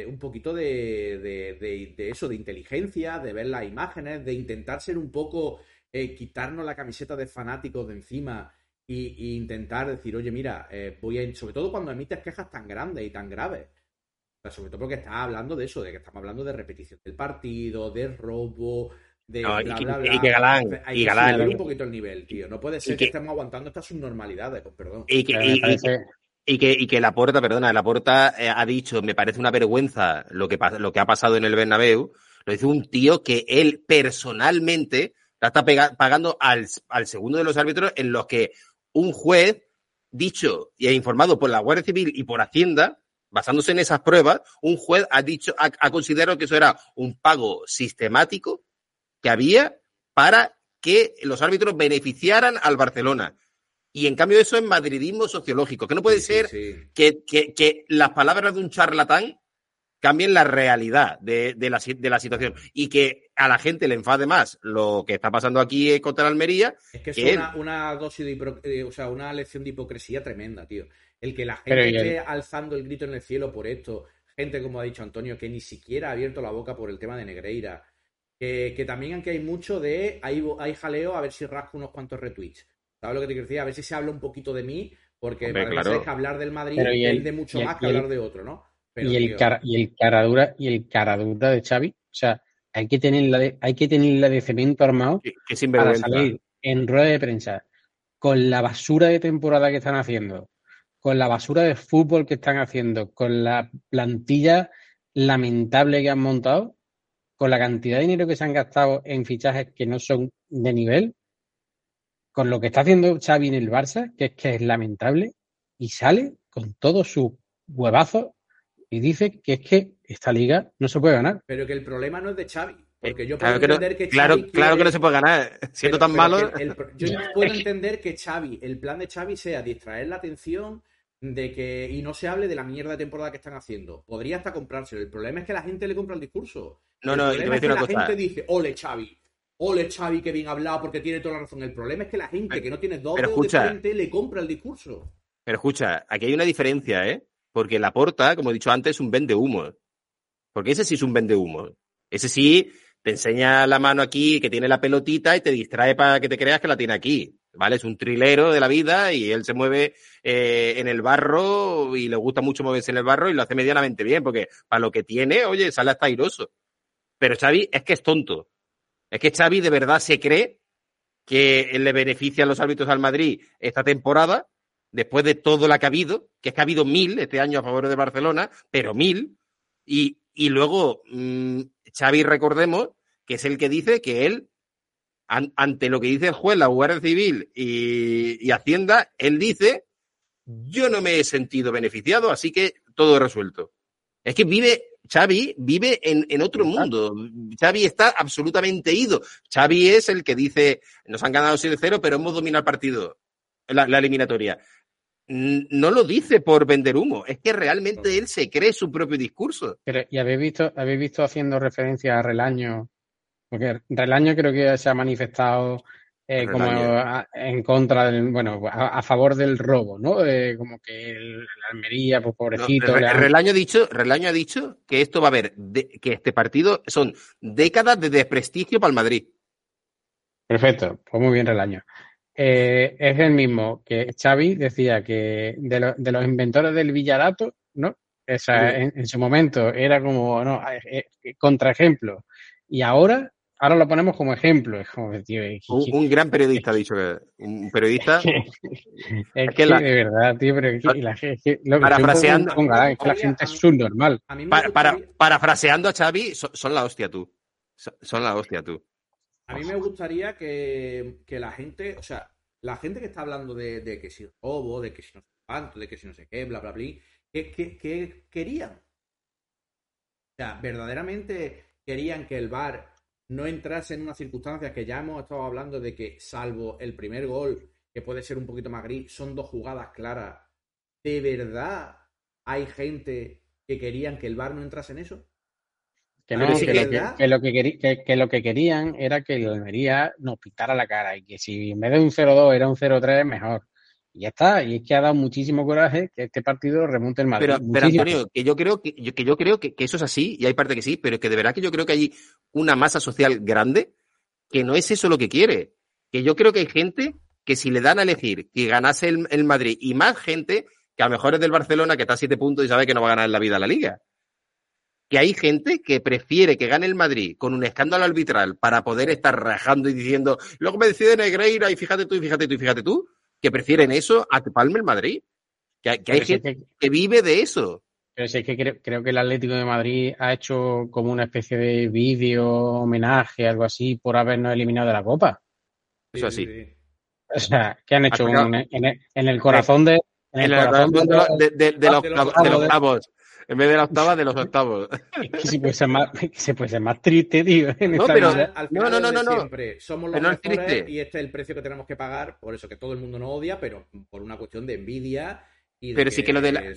eso, de inteligencia, de ver las imágenes, de intentar ser un poco, quitarnos la camiseta de fanáticos de encima e intentar decir, oye, mira, sobre todo cuando emites quejas tan grandes y tan graves. O sea, sobre todo porque estás hablando de eso, de que estamos hablando de repetición del partido, de robo, de bla, bla, bla. Y que Galán. Entonces, hay que subir un poquito el nivel, tío. No puede ser que estemos aguantando estas subnormalidades, con perdón. Y que Laporta ha dicho, me parece una vergüenza lo que ha pasado en el Bernabéu. Lo dice un tío que él personalmente la está pagando al segundo de los árbitros, en los que un juez, dicho y informado por la Guardia Civil y por Hacienda, basándose en esas pruebas, un juez ha considerado que eso era un pago sistemático que había para que los árbitros beneficiaran al Barcelona. Y en cambio eso es madridismo sociológico, que no puede ser. Que las palabras de un charlatán cambien la realidad de la situación y que a la gente le enfade más lo que está pasando aquí contra la Almería. Es que es una dosis una lección de hipocresía tremenda, tío. El que la gente esté alzando el grito en el cielo por esto, gente, como ha dicho Antonio, que ni siquiera ha abierto la boca por el tema de Negreira, que también, aunque hay mucho hay jaleo, a ver si rasco unos cuantos retweets. ¿Sabes lo que te quiero decir? A ver si se habla un poquito de mí, porque parece que hablar del Madrid es de mucho más que hablar de otro, ¿no? Pero, y tío, el caradura de Xavi, o sea, hay que tener la de cemento armado Que para sinvergüenza. salir en rueda de prensa con la basura de temporada que están haciendo, con la basura de fútbol que están haciendo, con la plantilla lamentable que han montado, con la cantidad de dinero que se han gastado en fichajes que no son de nivel, con lo que está haciendo Xavi en el Barça, que es lamentable, y sale con todos sus huevazos y dice que es que esta liga no se puede ganar. pero que el problema no es de Xavi. Porque yo puedo Claro que no, entender que claro, Xavi claro que quiere- no se puede ganar. Siendo tan pero malo. yo puedo entender que Xavi, el plan de Xavi sea distraer la atención y no se hable de la mierda de temporada que están haciendo. Podría hasta comprárselo. El problema es que la gente le compra el discurso. No, El no, y te voy problema a es que decir una la cosa. gente dice, ole Xavi, que bien hablado porque tiene toda la razón. El problema es que la gente que no tiene dos Pero dedos de escucha. frente le compra el discurso. Pero escucha, aquí hay una diferencia, ¿eh? Porque Laporta, como he dicho antes, es un vendehumo. Porque ese sí es un vendehumo. Ese sí te enseña la mano aquí, que tiene la pelotita y te distrae para que te creas que la tiene aquí. ¿Vale? Es un trilero de la vida y él se mueve en el barro y le gusta mucho moverse en el barro y lo hace medianamente bien, porque para lo que tiene, oye, sale hasta airoso. Pero Xavi es que es tonto. Es que Xavi de verdad se cree que le benefician los árbitros al Madrid esta temporada, después de todo lo que ha habido, que es que ha habido 1000 este año a favor de Barcelona, pero 1000, y luego Xavi, recordemos, que es el que dice que él, ante lo que dice el juez, la Guardia Civil y Hacienda, él dice, yo no me he sentido beneficiado, así que todo resuelto. Es que Xavi vive en otro mundo. Xavi está absolutamente ido. Xavi es el que dice, nos han ganado 7-0, pero hemos dominado el partido, la eliminatoria. No lo dice por vender humo, es que realmente él se cree su propio discurso. Pero, ¿y habéis visto haciendo referencia a Relaño? Porque Relaño creo que se ha manifestado como en contra del, bueno, a favor del robo, ¿no? Como que el Almería, pues pobrecito. No, Relaño ha dicho que esto va a haber, que este partido son décadas de desprestigio para el Madrid. Perfecto, pues muy bien Relaño. Es el mismo que Xavi decía que de los inventores del Villarato, ¿no? O sea, en su momento era como, no, contraejemplo. Y ahora lo ponemos como ejemplo. Es como, tío, un gran periodista ha dicho que un periodista. Es que de verdad, tío, pero parafraseando, la gente es subnormal. Parafraseando a Xavi, son la hostia tú. Son la hostia tú. A mí me gustaría que la gente, o sea, la gente que está hablando de que si robo, de que si no sé cuánto, de que si no sé qué, bla, bla, bla, ¿qué querían? O sea, verdaderamente querían que el VAR no entrase en unas circunstancias que ya hemos estado hablando de que, salvo el primer gol, que puede ser un poquito más gris, son dos jugadas claras. ¿De verdad hay gente que querían que el VAR no entrase en eso? Que no, que lo que querían era que el Almería nos pintara la cara y que si en vez de un 0-2 era un 0-3, mejor. Y ya está, y es que ha dado muchísimo coraje que este partido remonte el Madrid. Pero Antonio, que yo creo que eso es así, y hay parte que sí, pero que de verdad que yo creo que hay una masa social grande que no es eso lo que quiere. Que yo creo que hay gente que si le dan a elegir que ganase el Madrid, y más gente que a lo mejor es del Barcelona, que está a 7 puntos y sabe que no va a ganar en la vida la Liga. Que hay gente que prefiere que gane el Madrid con un escándalo arbitral para poder estar rajando y diciendo, luego me decide Negreira y fíjate tú, que prefieren eso a que palme el Madrid. Que hay gente que vive de eso. Pero sí, es que creo que el Atlético de Madrid ha hecho como una especie de vídeo, homenaje, algo así, por habernos eliminado de la Copa. Eso así. O sea, que han hecho en el corazón de... En el corazón de los octavos. En vez de la octava, de los octavos. Es que se puede ser más triste, tío. No, pero no. Siempre somos los mejores triste. Y este es el precio que tenemos que pagar. Por eso que todo el mundo nos odia, pero por una cuestión de envidia. Y de pero sí que lo del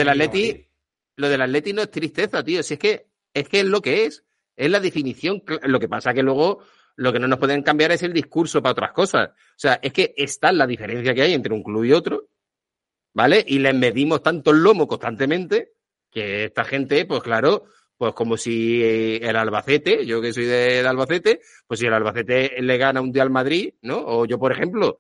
Atleti no es tristeza, tío. Si es que es lo que es. Es la definición. Lo que pasa que luego lo que no nos pueden cambiar es el discurso para otras cosas. O sea, es que está la diferencia que hay entre un club y otro, ¿vale? Y les medimos tanto el lomo constantemente que esta gente, pues claro, pues como si el Albacete, yo que soy de Albacete, pues si el Albacete le gana un día al Madrid, ¿no? O yo, por ejemplo,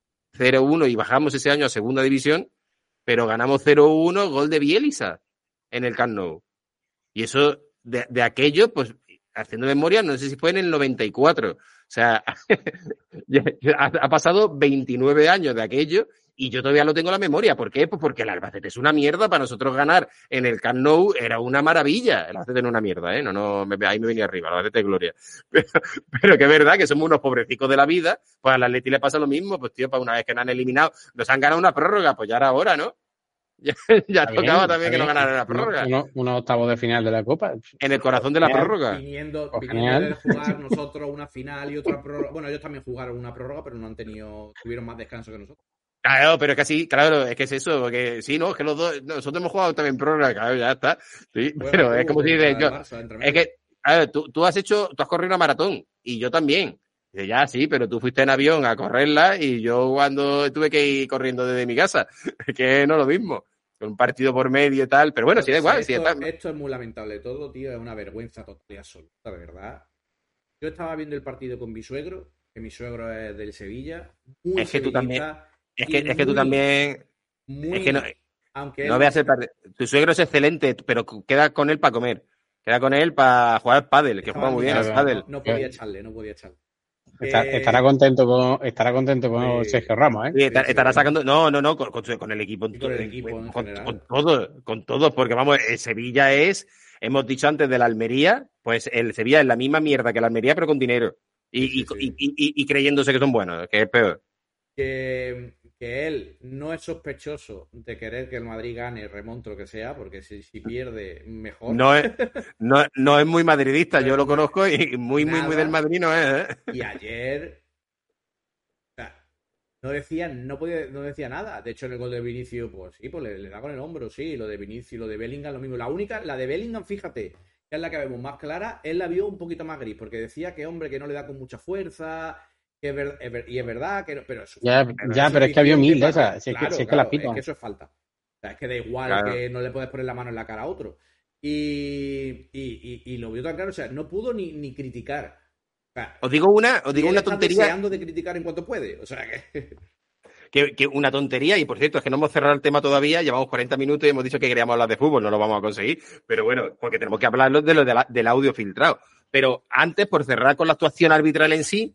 0-1 y bajamos ese año a segunda división, pero ganamos 0-1, gol de Bielsa. en el Camp Nou. Y eso, de aquello, pues, haciendo memoria, no sé si fue en el 94. O sea, ha pasado 29 años de aquello y yo todavía lo tengo en la memoria. ¿Por qué? Pues porque el Albacete es una mierda. Para nosotros ganar en el Camp Nou era una maravilla. El Albacete no es una mierda, ¿eh? Ahí me venía arriba, el Albacete de gloria. Pero que es verdad que somos unos pobrecicos de la vida. Pues al Atleti le pasa lo mismo. Pues tío, para una vez que nos han eliminado, nos han ganado una prórroga, pues ya era hora, ¿no? Ya tocaba también que no ganaran la prórroga. Unos octavos de final de la Copa. En el corazón de la prórroga. Viniendo de jugar nosotros una final y otra prórroga. Bueno, ellos también jugaron una prórroga, pero tuvieron más descanso que nosotros. Claro, pero es que sí, claro, es que es eso, porque sí, no, es que nosotros hemos jugado también prórroga, claro, ya está. Sí, bueno, pero es como si es que, a ver, tú has corrido una maratón, y yo también. Dice, ya, sí, pero tú fuiste en avión a correrla, y yo cuando tuve que ir corriendo desde mi casa, que no es lo mismo. Con un partido por medio y tal, pero bueno, sí da igual. Esto es muy lamentable todo, tío, es una vergüenza total y absoluta, de verdad. Yo estaba viendo el partido con mi suegro, que mi suegro es del Sevilla. Es que tú también. Es que tú también. Es que no. Aunque no veas el partido. Tu suegro es excelente, pero queda con él para comer. Queda con él para jugar al pádel, que juega muy bien al pádel. No podía echarle. Estará contento con Sergio Ramos, ¿eh? Sí, estará sacando. No, con el equipo. Con todo, porque vamos, el Sevilla hemos dicho antes de la Almería, pues el Sevilla es la misma mierda que la Almería, pero con dinero. Y creyéndose que son buenos, que es peor. Que él no es sospechoso de querer que el Madrid gane, remonte lo que sea, porque si pierde, mejor. No es muy madridista, yo lo conozco y muy del Madrid no es. Y ayer no decía nada. De hecho, en el gol de Vinicius, pues sí, pues le da con el hombro, sí. Lo de Vinicius, lo de Bellingham, lo mismo. La de Bellingham, fíjate, que es la que vemos más clara, él la vio un poquito más gris, porque decía que no le da con mucha fuerza. Y es verdad que no, pero eso, pero es que había mil de esas. Es que las pitan. Es que eso es falta. O sea, es que da igual que no le puedes poner la mano en la cara a otro. Y lo vio tan claro, o sea, no pudo ni criticar. O sea, os digo una tontería. Deseando de criticar en cuanto puede. O sea que una tontería, y por cierto, es que no hemos cerrado el tema todavía, llevamos 40 minutos y hemos dicho que queríamos hablar de fútbol, no lo vamos a conseguir, pero bueno, porque tenemos que hablar del audio filtrado. Pero antes, por cerrar con la actuación arbitral en sí,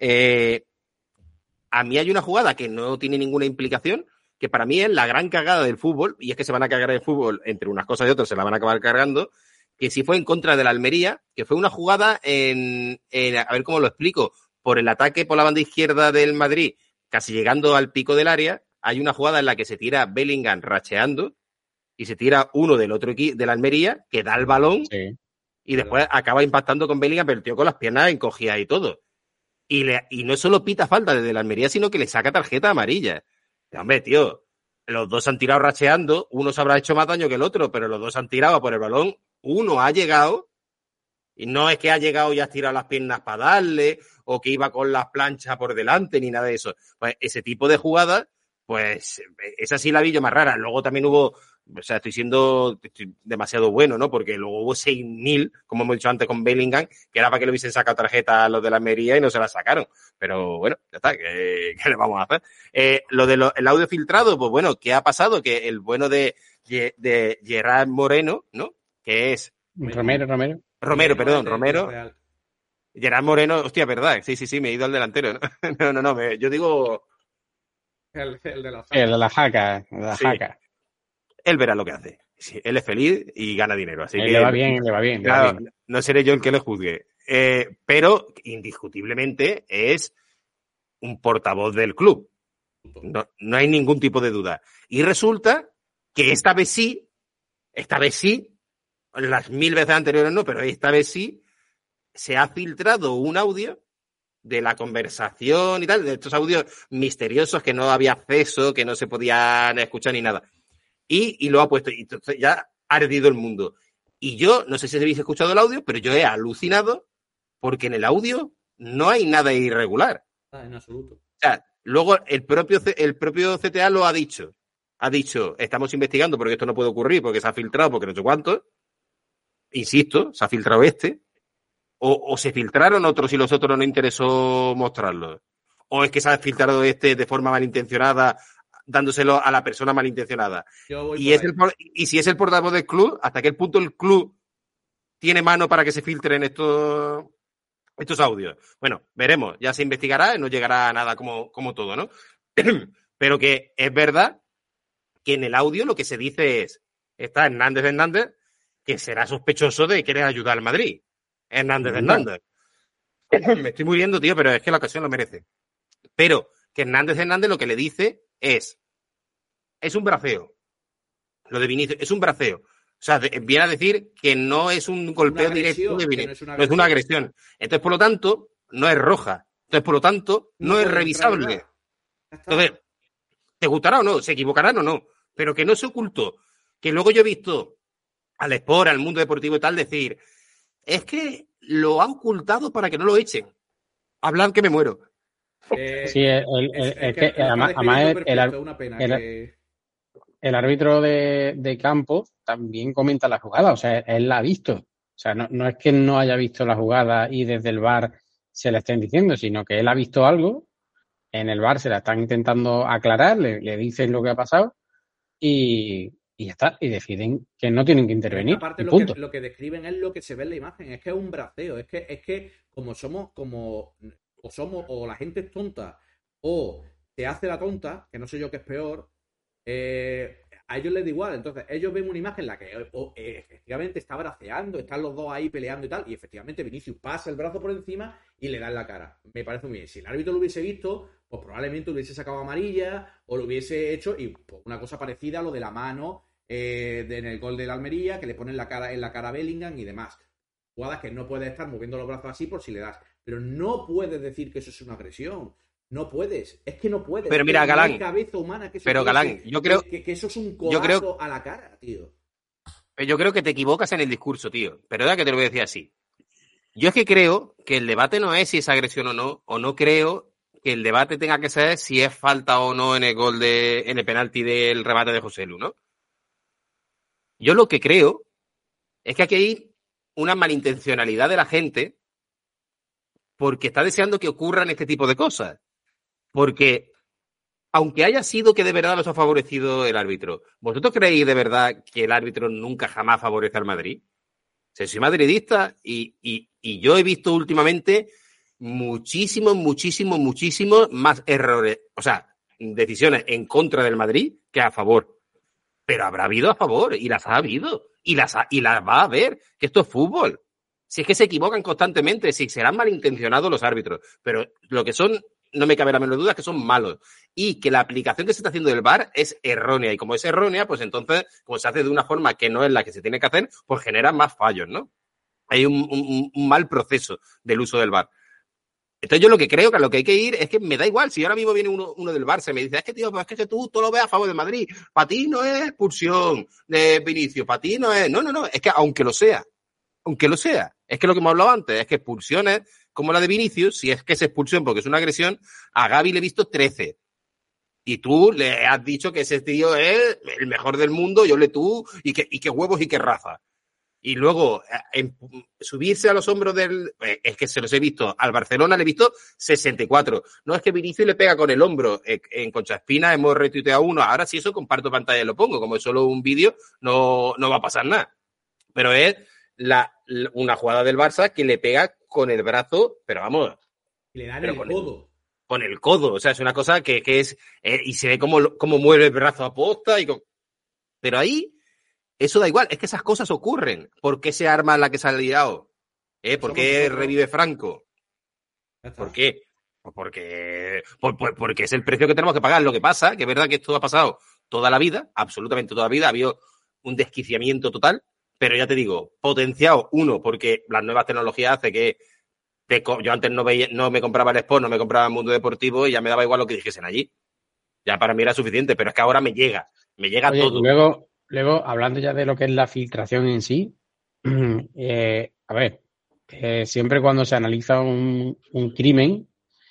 a mí hay una jugada que no tiene ninguna implicación, que para mí es la gran cagada del fútbol, y es que se van a cagar el fútbol entre unas cosas y otras, se la van a acabar cargando, que sí fue en contra de la Almería, que fue una jugada a ver cómo lo explico, por el ataque por la banda izquierda del Madrid, casi llegando al pico del área, hay una jugada en la que se tira Bellingham racheando, y se tira uno del otro equipo, de la Almería, que da el balón, sí, y después acaba impactando con Bellingham, pero el tío con las piernas encogidas y todo. Y no solo pita falta desde la Almería, sino que le saca tarjeta amarilla. Hombre, tío, los dos han tirado racheando, uno se habrá hecho más daño que el otro, pero los dos han tirado por el balón, uno ha llegado, y no es que ha llegado y has tirado las piernas para darle, o que iba con las planchas por delante, ni nada de eso. Pues ese tipo de jugada, pues esa sí la vi yo más rara. Luego también hubo, o sea, estoy demasiado bueno, ¿no? Porque luego hubo 6.000, como hemos dicho antes con Bellingham, que era para que le hubiesen sacado tarjeta a los de la Almería y no se la sacaron. Pero bueno, ya está, ¿qué le vamos a hacer? El audio filtrado, pues bueno, ¿qué ha pasado? Que el bueno de Gerard Moreno, ¿no? Que es... Romero. Gerard Moreno, hostia, verdad, sí, me he ido al delantero, ¿no? No, yo digo... El de la jaca. Él verá lo que hace. Sí, él es feliz y gana dinero. Así que le va bien. Claro, no seré yo el que le juzgue. Pero, indiscutiblemente, es un portavoz del club. No hay ningún tipo de duda. Y resulta que esta vez sí, las 1000 veces anteriores no, pero esta vez sí, se ha filtrado un audio de la conversación y tal, de estos audios misteriosos que no había acceso, que no se podían escuchar ni nada. Y lo ha puesto, y entonces ya ha ardido el mundo. Y yo, no sé si habéis escuchado el audio, pero yo he alucinado porque en el audio no hay nada irregular. En absoluto. O sea, luego el propio CTA lo ha dicho. Ha dicho, estamos investigando porque esto no puede ocurrir, porque se ha filtrado, porque no sé cuánto. Insisto, se ha filtrado o se filtraron otros y los otros no interesó mostrarlos. O es que se ha filtrado de forma malintencionada dándoselo a la persona malintencionada. Y si es el portavoz del club, ¿hasta qué punto el club tiene mano para que se filtren estos audios? Bueno, veremos, ya se investigará, no llegará a nada como todo, ¿no? Pero que es verdad que en el audio lo que se dice es, está Hernández, que será sospechoso de querer ayudar al Madrid. Hernández. Me estoy muriendo, tío, pero es que la ocasión lo merece. Pero que Hernández lo que le dice es un braceo. Lo de Vinicius es un braceo. O sea, viene a decir que no es un golpeo directo de Vinicius, no es una agresión. Entonces, por lo tanto, no es roja. Entonces, por lo tanto, no es revisable. Entonces, ¿te gustará o no? ¿Se equivocarán o no? Pero que no se ocultó. Que luego yo he visto al Sport, al Mundo Deportivo y tal, decir, es que lo ha ocultado para que no lo echen. Hablan que me muero. Sí, es que además el árbitro de campo también comenta la jugada, o sea, él la ha visto. O sea, no es que no haya visto la jugada y desde el VAR se la estén diciendo, sino que él ha visto algo, en el VAR se la están intentando aclarar, le dicen lo que ha pasado y ya está, y deciden que no tienen que intervenir. Aparte, lo que describen es lo que se ve en la imagen, es que es un braceo, es que o la gente es tonta o se hace la tonta, que no sé yo qué es peor, a ellos les da igual. Entonces ellos ven una imagen en la que efectivamente está braceando, están los dos ahí peleando y tal, y efectivamente Vinicius pasa el brazo por encima y le da en la cara. Me parece muy bien. Si el árbitro lo hubiese visto, pues probablemente hubiese sacado amarilla o lo hubiese hecho, y pues, una cosa parecida a lo de la mano en el gol de la Almería, que le ponen en la cara a Bellingham y demás. Jugadas que no puedes estar moviendo los brazos así por si le das, pero no puedes decir que eso es una agresión. No puedes, es que no puedes. Pero mira, Galán, no hay cabeza humana que eso pero Galán, yo creo que eso es un codazo a la cara, tío. Yo creo que te equivocas en el discurso, tío. Pero es que te lo voy a decir así. Yo es que creo que el debate no es si es agresión o no creo que el debate tenga que ser si es falta o no en el gol en el penalti del remate de Joselu, ¿no? Yo lo que creo es que aquí hay una malintencionalidad de la gente porque está deseando que ocurran este tipo de cosas. Porque, aunque haya sido que de verdad los ha favorecido el árbitro, ¿vosotros creéis de verdad que el árbitro nunca jamás favorece al Madrid? O sea, soy madridista y yo he visto últimamente muchísimos más errores, o sea, decisiones en contra del Madrid que a favor. Pero habrá habido a favor y las ha habido y las va a haber, que esto es fútbol. Si es que se equivocan constantemente, si serán malintencionados los árbitros, pero lo que son, no me cabe la menor duda, que son malos. Y que la aplicación que se está haciendo del VAR es errónea. Y como es errónea, pues entonces, como se hace de una forma que no es la que se tiene que hacer, pues genera más fallos, ¿no? Hay un mal proceso del uso del VAR. Entonces yo lo que creo que a lo que hay que ir es que me da igual. Si ahora mismo viene uno del Barça y me dice, es que tío, pues es que tú lo ves a favor de Madrid. Para ti no es expulsión de Vinicius. Para ti no es... No. Es que aunque lo sea, es que lo que hemos hablado antes, es que expulsiones como la de Vinicius, si es que es expulsión porque es una agresión, a Gavi le he visto 13. Y tú le has dicho que ese tío es el mejor del mundo, yo le tú, y que huevos y que raza. Y luego subirse a los hombros es que se los he visto, al Barcelona le he visto 64. No es que Vinicius le pega con el hombro en Concha Espina, hemos retuiteado uno. Ahora si eso comparto pantalla y lo pongo, como es solo un vídeo, no va a pasar nada. Pero es una jugada del Barça que le pega con el brazo, pero vamos. Le dan el codo. Con el codo, o sea, es una cosa que es... y se ve cómo mueve el brazo a posta. Pero ahí... Eso da igual, es que esas cosas ocurren. ¿Por qué se arma la que se ha liado? ¿Por qué revive Franco? ¿Por qué? Pues porque es el precio que tenemos que pagar. Lo que pasa, que es verdad que esto ha pasado toda la vida, absolutamente toda la vida, ha habido un desquiciamiento total, pero ya te digo, potenciado, uno, porque las nuevas tecnologías hacen que yo antes no me compraba el Sport, no me compraba el Mundo Deportivo y ya me daba igual lo que dijesen allí. Ya para mí era suficiente, pero es que ahora me llega Oye, todo. Luego, hablando ya de lo que es la filtración en sí, a ver, siempre cuando se analiza un crimen,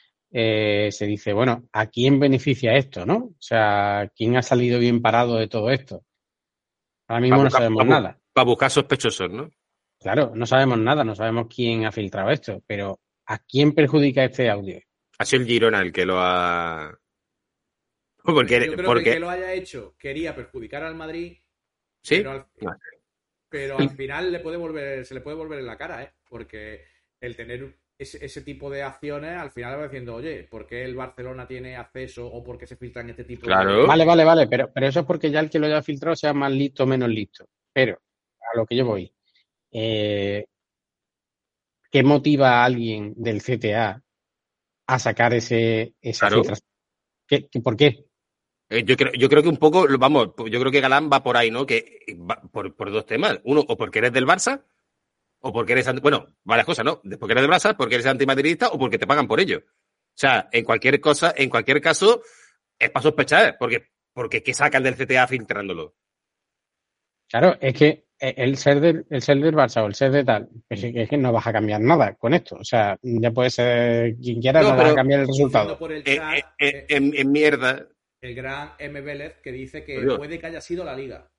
se dice, bueno, ¿a quién beneficia esto, no? O sea, ¿quién ha salido bien parado de todo esto? Ahora mismo no sabemos nada. Para buscar sospechosos, ¿no? Claro, no sabemos nada, no sabemos quién ha filtrado esto, pero ¿a quién perjudica este audio? Ha sido el Girona el que lo ha Porque, yo creo porque... que el que lo haya hecho quería perjudicar al Madrid, ¿Sí? pero al final se le puede volver en la cara, ¿eh? Porque el tener ese tipo de acciones, al final va diciendo, oye, ¿por qué el Barcelona tiene acceso o por qué se filtran este tipo Claro. de... Vale, pero eso es porque ya el que lo haya filtrado sea más listo o menos listo. Pero, a lo que yo voy, ¿qué motiva a alguien del CTA a sacar esa Claro. filtración? ¿Por qué? Yo creo que un poco, vamos, yo creo que Galán va por ahí, ¿no? Que va por dos temas. Uno, o porque eres del Barça, o porque eres... Bueno, varias cosas, ¿no? Porque eres del Barça, porque eres antimadridista o porque te pagan por ello. O sea, en cualquier caso, es para sospechar, porque ¿qué sacan del CTA filtrándolo? Claro, es que el ser del Barça o el ser de tal, es que no vas a cambiar nada con esto. O sea, ya puede ser quien quiera, no vas a cambiar el resultado. Por el chat, En mierda. El gran M. Vélez que dice que puede que haya sido la Liga.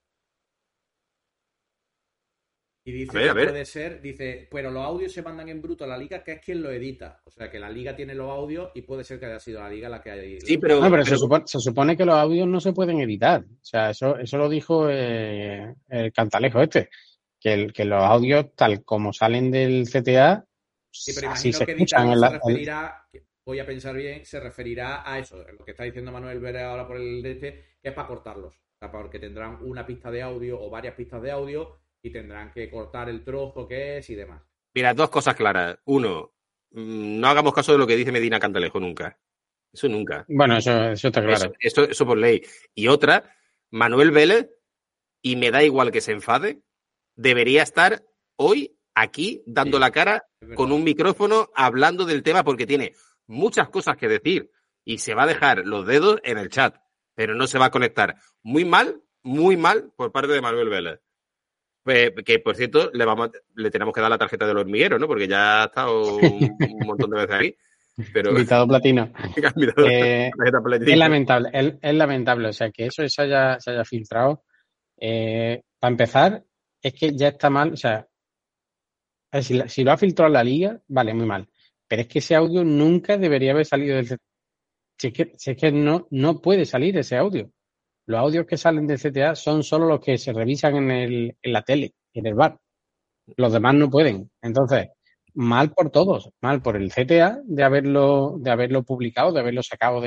Y dice que puede ser, dice, pero los audios se mandan en bruto a la Liga, que es quien lo edita. O sea, que la Liga tiene los audios y puede ser que haya sido la Liga la que haya editado. Sí, pero se supone que los audios no se pueden editar. O sea, eso lo dijo el Cantalejo que los audios, tal como salen del CTA, sí, pero así se que escuchan se referirá, voy a pensar bien, se referirá a eso, lo que está diciendo Manuel Vélez ahora por el que es para cortarlos. O sea, porque tendrán una pista de audio o varias pistas de audio y tendrán que cortar el trozo que es y demás. Mira, dos cosas claras. Uno, no hagamos caso de lo que dice Medina Cantalejo nunca. Eso nunca. Bueno, eso está claro. Eso por ley. Y otra, Manuel Vélez, y me da igual que se enfade, debería estar hoy aquí dando la cara con un micrófono hablando del tema porque tiene muchas cosas que decir y se va a dejar los dedos en el chat, pero no se va a conectar. Muy mal por parte de Manuel Vélez. Que por cierto, le tenemos que dar la tarjeta del hormiguero, ¿no? Porque ya ha estado un montón de veces aquí. Pero... Invitado platino. platino. Es lamentable. O sea, que eso se haya filtrado. Para empezar, es que ya está mal. O sea, si lo ha filtrado la Liga, vale, muy mal. Pero es que ese audio nunca debería haber salido del... Si es que no puede salir ese audio. Los audios que salen del CTA son solo los que se revisan en la tele, en el bar. Los demás no pueden. Entonces, mal por todos. Mal por el CTA de haberlo publicado, de haberlo sacado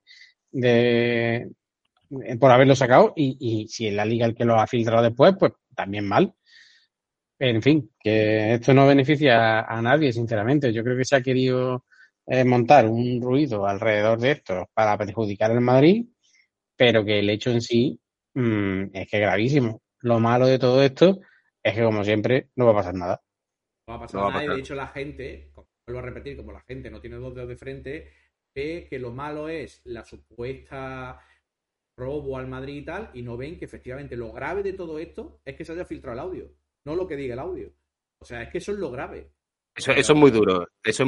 por haberlo sacado. Y si es la Liga el que lo ha filtrado después, pues también mal. En fin, que esto no beneficia a nadie, sinceramente. Yo creo que se ha querido montar un ruido alrededor de esto para perjudicar al Madrid, pero que el hecho en sí es que es gravísimo. Lo malo de todo esto es que, como siempre, no va a pasar nada. No va a pasar nada y, de hecho, la gente, vuelvo a repetir, como la gente no tiene dos dedos de frente, ve que lo malo es la supuesta robo al Madrid y tal, y no ven que efectivamente lo grave de todo esto es que se haya filtrado el audio, no lo que diga el audio. O sea, es que eso es lo grave. Eso es muy duro,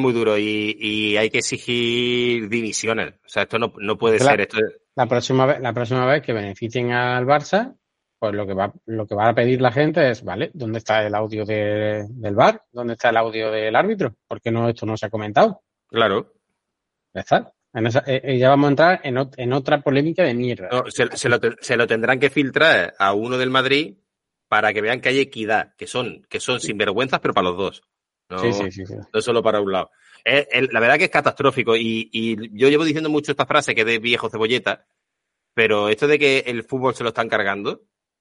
y hay que exigir divisiones. O sea, esto no puede ser. Esto la próxima vez que beneficien al Barça, pues lo que va a pedir la gente es, vale, ¿dónde está el audio del VAR? ¿Dónde está el audio del árbitro? ¿Por qué esto no se ha comentado? Claro. Ya está. Ya vamos a entrar en otra polémica de mierda. No, se lo tendrán que filtrar a uno del Madrid para que vean que hay equidad, que son sinvergüenzas, pero para los dos. No, sí. No solo para un lado. La verdad que es catastrófico y yo llevo diciendo mucho esta frase que es de viejo cebolleta, pero esto de que el fútbol se lo están cargando,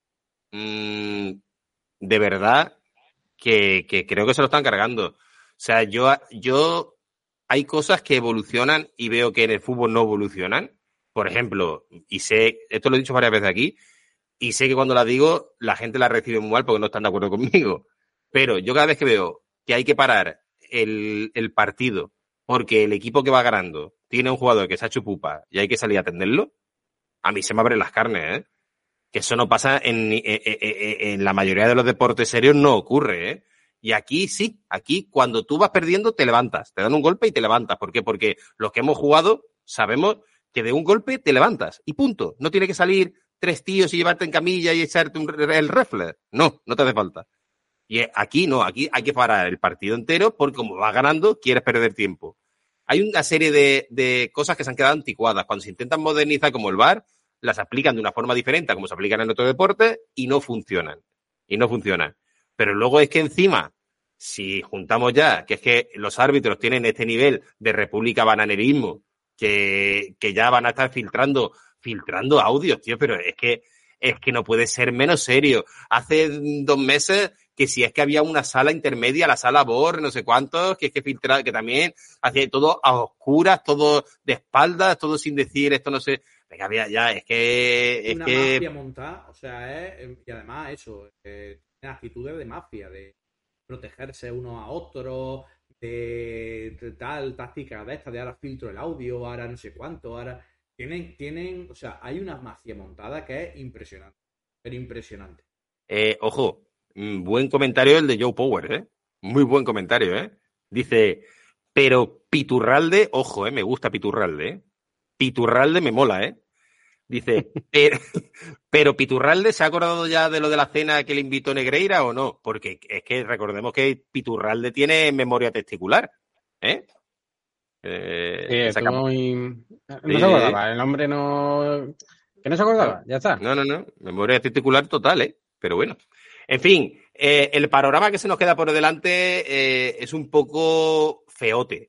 de verdad que creo que se lo están cargando. O sea, yo hay cosas que evolucionan y veo que en el fútbol no evolucionan. Por ejemplo, esto lo he dicho varias veces aquí, y sé que cuando la digo la gente la recibe muy mal porque no están de acuerdo conmigo. Pero yo cada vez que veo que hay que parar el partido porque el equipo que va ganando tiene un jugador que se ha hecho pupa y hay que salir a atenderlo, a mí se me abren las carnes, ¿eh? Que eso no pasa en la mayoría de los deportes serios, no ocurre, ¿eh? Y aquí sí, aquí cuando tú vas perdiendo te levantas, te dan un golpe y te levantas. ¿Por qué? Porque los que hemos jugado sabemos que de un golpe te levantas y punto. No tiene que salir 3 tíos y llevarte en camilla y echarte el reflex. No te hace falta. Y aquí no, aquí hay que parar el partido entero porque como vas ganando, quieres perder tiempo. hay una serie de cosas que se han quedado anticuadas. Cuando se intentan modernizar como el VAR, las aplican de una forma diferente a como se aplican en otros deportes y no funcionan. Pero luego es que encima, si juntamos ya, que es que los árbitros tienen este nivel de república bananerismo, que ya van a estar filtrando audios, tío, pero es que no puede ser menos serio. Hace 2 meses que si es que había una sala intermedia, la sala BOR, no sé cuántos, que es que filtrar, que también hacía todo a oscuras, todo de espaldas, todo sin decir esto, no sé. Venga, ya, es que... Una mafia montada, o sea, y además eso, tiene actitudes de mafia, de protegerse uno a otro, de tal táctica de esta, de ahora filtro el audio, ahora no sé cuánto, ahora... Tienen, o sea, hay una mafia montada que es impresionante, pero impresionante. Ojo, buen comentario el de Joe Power, ¿eh? Muy buen comentario, ¿eh? Dice, pero Piturralde, ojo, me gusta Piturralde, ¿eh? Piturralde me mola, ¿eh? Dice, pero Piturralde ¿se ha acordado ya de lo de la cena que le invitó Negreira o no? Porque es que recordemos que Piturralde tiene memoria testicular, ¿eh? No se acordaba, el hombre no... Que no se acordaba, ya está. No, memoria testicular total, ¿eh? Pero bueno. En fin, el panorama que se nos queda por delante es un poco feote.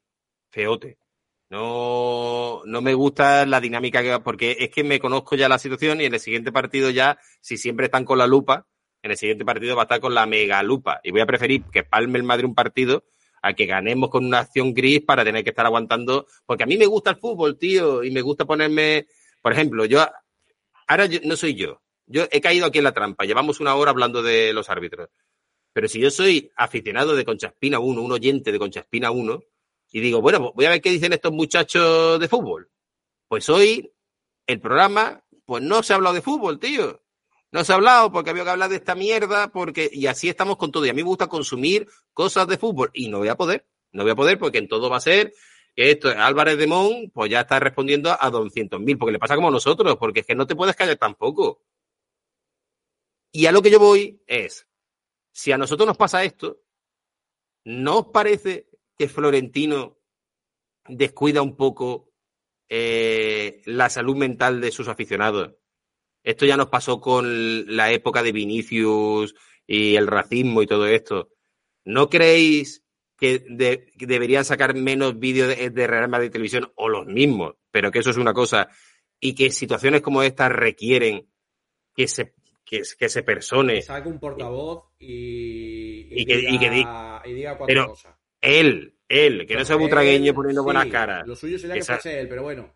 No me gusta la dinámica, porque es que me conozco ya la situación y en el siguiente partido ya, si siempre están con la lupa, en el siguiente partido va a estar con la mega lupa. Y voy a preferir que palme el Madrid un partido a que ganemos con una acción gris para tener que estar aguantando. Porque a mí me gusta el fútbol, tío, y me gusta ponerme... Por ejemplo, ahora no soy yo. Yo he caído aquí en la trampa. Llevamos 1 hora hablando de los árbitros. Pero si yo soy aficionado de Concha Espina 1, un oyente de Concha Espina 1, y digo, bueno, voy a ver qué dicen estos muchachos de fútbol. Pues hoy el programa, pues no se ha hablado de fútbol, tío. No se ha hablado porque había que hablar de esta mierda, y así estamos con todo. Y a mí me gusta consumir cosas de fútbol y no voy a poder porque en todo va a ser que esto, Álvarez de Mon, pues ya está respondiendo a 200.000, porque le pasa como a nosotros, porque es que no te puedes callar tampoco. Y a lo que yo voy es, si a nosotros nos pasa esto, ¿no os parece que Florentino descuida un poco la salud mental de sus aficionados? Esto ya nos pasó con la época de Vinicius y el racismo y todo esto. ¿No creéis que deberían sacar menos vídeos de Real Madrid Televisión o los mismos? Pero que eso es una cosa. Y que situaciones como estas requieren que se persone. Que salga un portavoz y diga cuatro cosas. Él, que no sea butragueño poniendo buenas caras. Lo suyo sería que fuese él, pero bueno.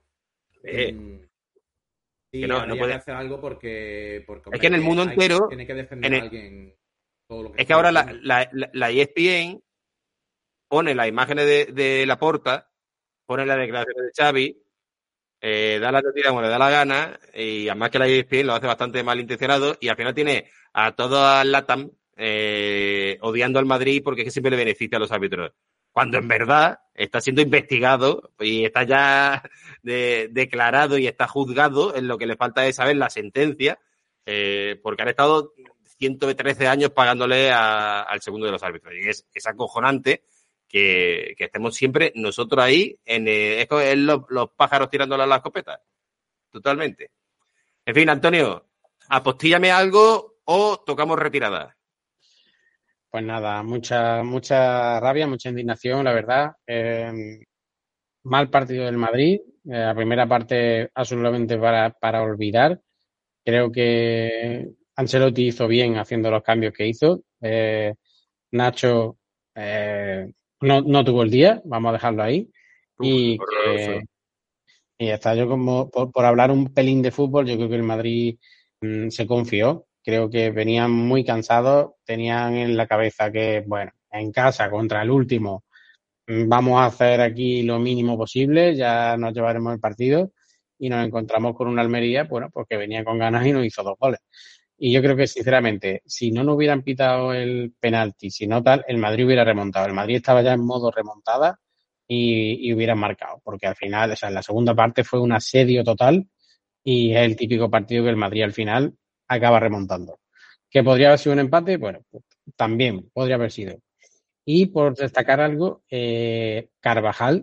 Sí, no puede hacer algo porque es que en el mundo entero tiene que defender a alguien todo lo que es que ahora la ESPN pone las imágenes de Laporta, pone las declaraciones de Xavi, da la noticia como le da la gana, y además que la ESPN lo hace bastante malintencionado, y al final tiene a toda LATAM odiando al Madrid porque es que siempre le beneficia a los árbitros. Cuando en verdad está siendo investigado y está ya declarado y está juzgado, en lo que le falta es saber la sentencia, porque han estado 113 años pagándole al segundo de los árbitros. Y es acojonante que estemos siempre nosotros ahí, es los pájaros tirándole a la escopeta. Totalmente. En fin, Antonio, apostíllame algo o tocamos retirada. Pues nada, mucha rabia, mucha indignación, la verdad. Mal partido del Madrid. La primera parte absolutamente para olvidar. Creo que Ancelotti hizo bien haciendo los cambios que hizo. Nacho no tuvo el día, vamos a dejarlo ahí. Y ya está. Yo como por hablar un pelín de fútbol, yo creo que el Madrid se confió. Creo que venían muy cansados, tenían en la cabeza que, bueno, en casa contra el último vamos a hacer aquí lo mínimo posible, ya nos llevaremos el partido y nos encontramos con una Almería, bueno, porque venía con ganas y nos hizo 2 goles. Y yo creo que, sinceramente, si no nos hubieran pitado el penalti, si no tal, el Madrid hubiera remontado. El Madrid estaba ya en modo remontada y hubieran marcado, porque al final, o sea, en la segunda parte fue un asedio total y es el típico partido que el Madrid al final acaba remontando. ¿Que podría haber sido un empate? Bueno, pues, también podría haber sido. Y por destacar algo, Carvajal,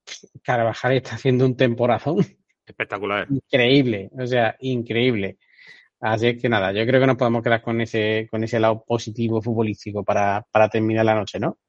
Carvajal está haciendo un temporazón Espectacular. increíble, o sea, increíble. Así es que nada, yo creo que nos podemos quedar con ese lado positivo futbolístico para terminar la noche, ¿no?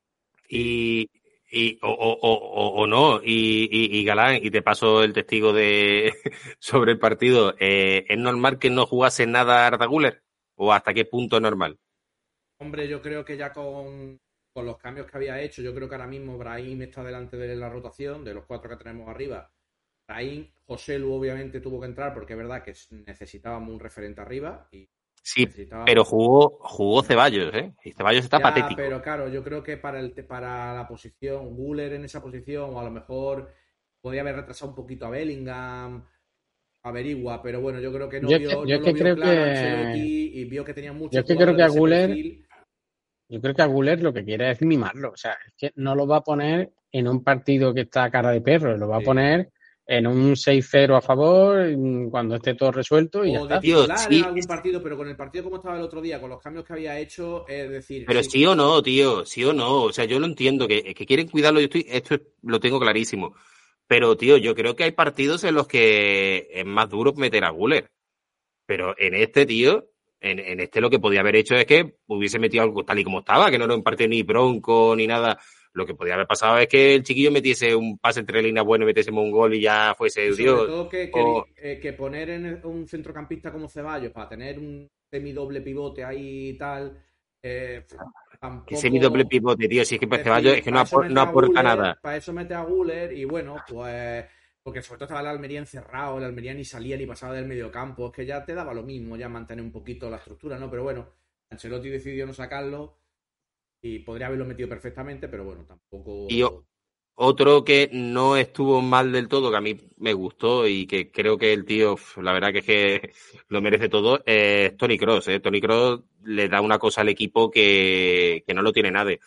O no, y Galán, y te paso el testigo de sobre el partido. ¿Es normal que no jugase nada Arda Güler? ¿O hasta qué punto es normal? Hombre, yo creo que ya con los cambios que había hecho, yo creo que ahora mismo Brahim está delante de la rotación, de los 4 que tenemos arriba. Brahim, José Lu obviamente tuvo que entrar porque es verdad que necesitábamos un referente arriba. Y sí, pero jugó Ceballos, ¿eh? Y Ceballos está patético. Pero claro, yo creo que para la posición, Güler en esa posición, o a lo mejor podía haber retrasado un poquito a Bellingham, averigua, pero bueno, yo creo que no vio claro Ancelotti y vio que tenía mucho. Yo creo que a Güler, yo creo que a Güler lo que quiere es mimarlo, o sea, es que no lo va a poner en un partido que está a cara de perro, lo va a poner en un 6-0 a favor cuando esté todo resuelto y ya está. En algún partido, pero con el partido como estaba el otro día, con los cambios que había hecho, es decir... Pero sí o no, tío, sí o no, o sea, yo lo entiendo, que quieren cuidarlo, esto lo tengo clarísimo, pero tío, yo creo que hay partidos en los que es más duro meter a Güler, pero en este, tío, en este lo que podía haber hecho es que hubiese metido algo tal y como estaba, que no era un partido ni bronco ni nada. Lo que podía haber pasado es que el chiquillo metiese un pase entre líneas bueno y metiésemos un gol y ya fuese y Dios. Sobre todo que poner en un centrocampista como Ceballos para tener un semidoble pivote ahí y tal. Tampoco... Semidoble pivote, tío. Si es que pues, Ceballos es que no aporta nada. Para eso mete a Güler y bueno, pues. Porque sobre todo estaba el Almería encerrado, el Almería ni salía ni pasaba del mediocampo. Es que ya te daba lo mismo, ya mantener un poquito la estructura, ¿no? Pero bueno, Ancelotti decidió no sacarlo. Y podría haberlo metido perfectamente, pero bueno, tampoco... Y otro que no estuvo mal del todo, que a mí me gustó y que creo que el tío, la verdad que es que lo merece todo, es Toni Kroos. Toni Kroos le da una cosa al equipo que no lo tiene nadie.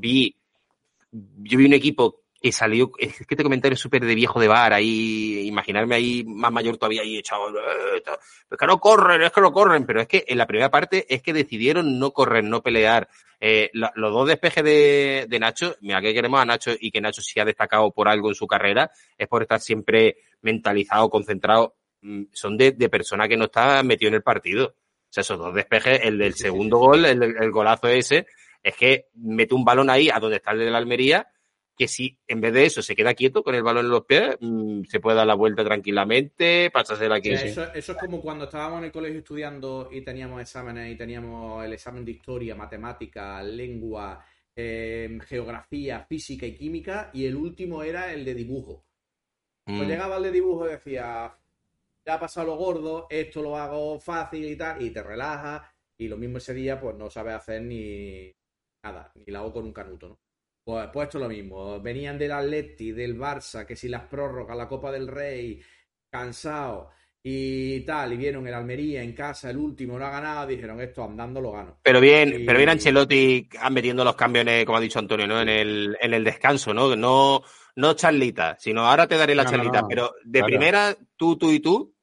Yo vi un equipo que salió, es que este comentario es súper de viejo de bar, ahí, imaginarme ahí más mayor todavía ahí echado, es que no corren, pero es que en la primera parte es que decidieron no correr, no pelear. Los dos despejes de Nacho, mira que queremos a Nacho y que Nacho sí ha destacado por algo en su carrera, es por estar siempre mentalizado, concentrado, son de persona que no está metido en el partido. O sea, esos dos despejes, el del segundo gol, el golazo ese, es que mete un balón ahí a donde está el de la Almería, que si en vez de eso se queda quieto con el balón en los pies, se puede dar la vuelta tranquilamente, pasársela aquí. Eso es como cuando estábamos en el colegio estudiando y teníamos exámenes y teníamos el examen de historia, matemática, lengua, geografía, física y química, y el último era el de dibujo. Pues llegaba el de dibujo y decía, ya ha pasado lo gordo, esto lo hago fácil y tal, y te relajas, y lo mismo ese día pues no sabes hacer ni nada, ni lo hago con un canuto, ¿no? Pues esto es lo mismo. Venían del Atleti, del Barça, que si las prórrogas, la Copa del Rey, cansados y tal, y vieron el Almería en casa, el último no ha ganado, dijeron esto andando lo gano. Pero bien Ancelotti metiendo los cambios, como ha dicho Antonio, ¿no? En el descanso, ¿no? No charlita, sino ahora te daré la charlita, pero de primera, tú y tú.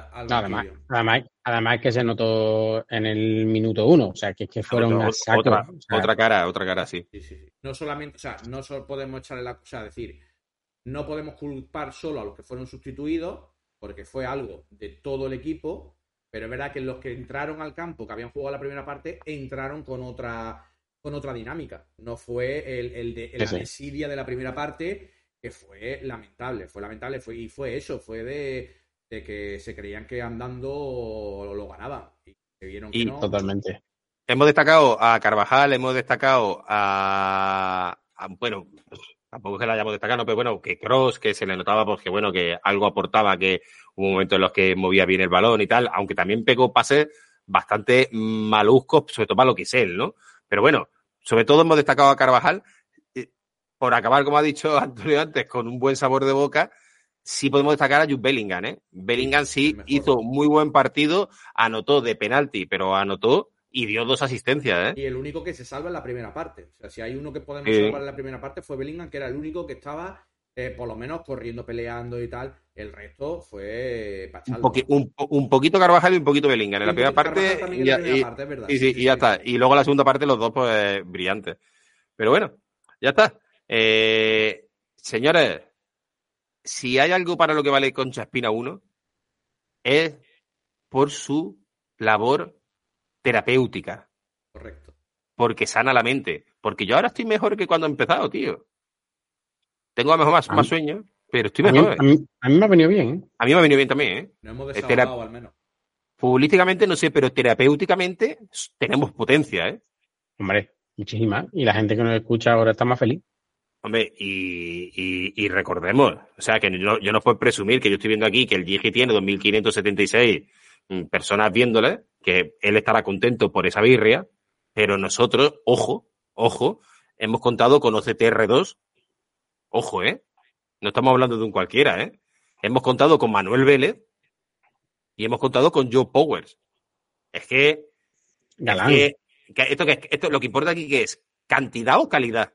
Además que se notó en el minuto 1, o sea, que fueron otra cara, sí. Sí. No solamente, o sea, no solo podemos echarle la cosa, decir, no podemos culpar solo a los que fueron sustituidos, porque fue algo de todo el equipo, pero es verdad que los que entraron al campo, que habían jugado la primera parte, entraron con otra dinámica. No fue la desidia de la primera parte, que fue lamentable, y fue eso, fue de que se creían que andando lo ganaban y se vieron que no. Totalmente. Hemos destacado a Carvajal, hemos destacado bueno, tampoco es que la hayamos destacado, pero bueno, que Kroos, que se le notaba porque bueno, que algo aportaba, que hubo momentos en los que movía bien el balón y tal, aunque también pegó pases bastante maluscos, sobre todo para lo que es él, ¿no? Pero bueno, sobre todo hemos destacado a Carvajal, por acabar, como ha dicho Antonio antes, con un buen sabor de boca. Sí podemos destacar a Jude Bellingham, ¿eh? Bellingham sí hizo muy buen partido, anotó de penalti, pero anotó y dio 2 asistencias, ¿eh? Y el único que se salva en la primera parte. O sea, si hay uno que podemos salvar en la primera parte fue Bellingham, que era el único que estaba, por lo menos, corriendo, peleando y tal. El resto fue pacharlo. Un poquito Carvajal y un poquito Bellingham. En la primera parte, es verdad. Y ya está. Y luego la segunda parte, los dos, pues, brillantes. Pero bueno, ya está. Señores, si hay algo para lo que vale Concha Espina 1, es por su labor terapéutica. Correcto. Porque sana la mente. Porque yo ahora estoy mejor que cuando he empezado, tío. Tengo a lo mejor más sueño, pero estoy mejor. A mí me ha venido bien, ¿eh? A mí me ha venido bien también, ¿eh? Nos hemos desahogado al menos. Futbolísticamente no sé, pero terapéuticamente tenemos potencia, ¿eh? Hombre, muchísimas. Y la gente que nos escucha ahora está más feliz. Hombre, y recordemos, o sea, que yo no puedo presumir que yo estoy viendo aquí que el Gigi tiene 2.576 personas viéndole, que él estará contento por esa birria, pero nosotros, ojo, hemos contado con OCTR2, ojo, no estamos hablando de un cualquiera, hemos contado con Manuel Vélez y hemos contado con Joe Powers. Es que Galán. Esto lo que importa aquí que es cantidad o calidad.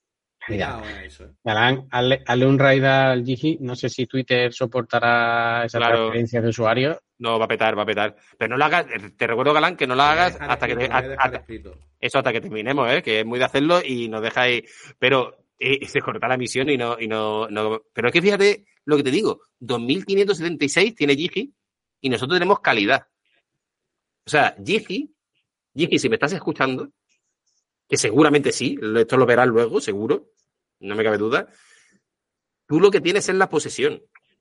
Galán, hazle un raid al Gigi. No sé si Twitter soportará esa transferencia de usuario. No, va a petar. Pero no lo hagas, te recuerdo, Galán, que no lo hagas hasta que terminemos, que es muy de hacerlo y nos dejáis. Pero se corta la misión y no. Pero es que fíjate lo que te digo: 2.576 tiene Gigi y nosotros tenemos calidad. O sea, Gigi, si me estás escuchando, que seguramente sí, esto lo verás luego, seguro, no me cabe duda, tú lo que tienes es la posesión.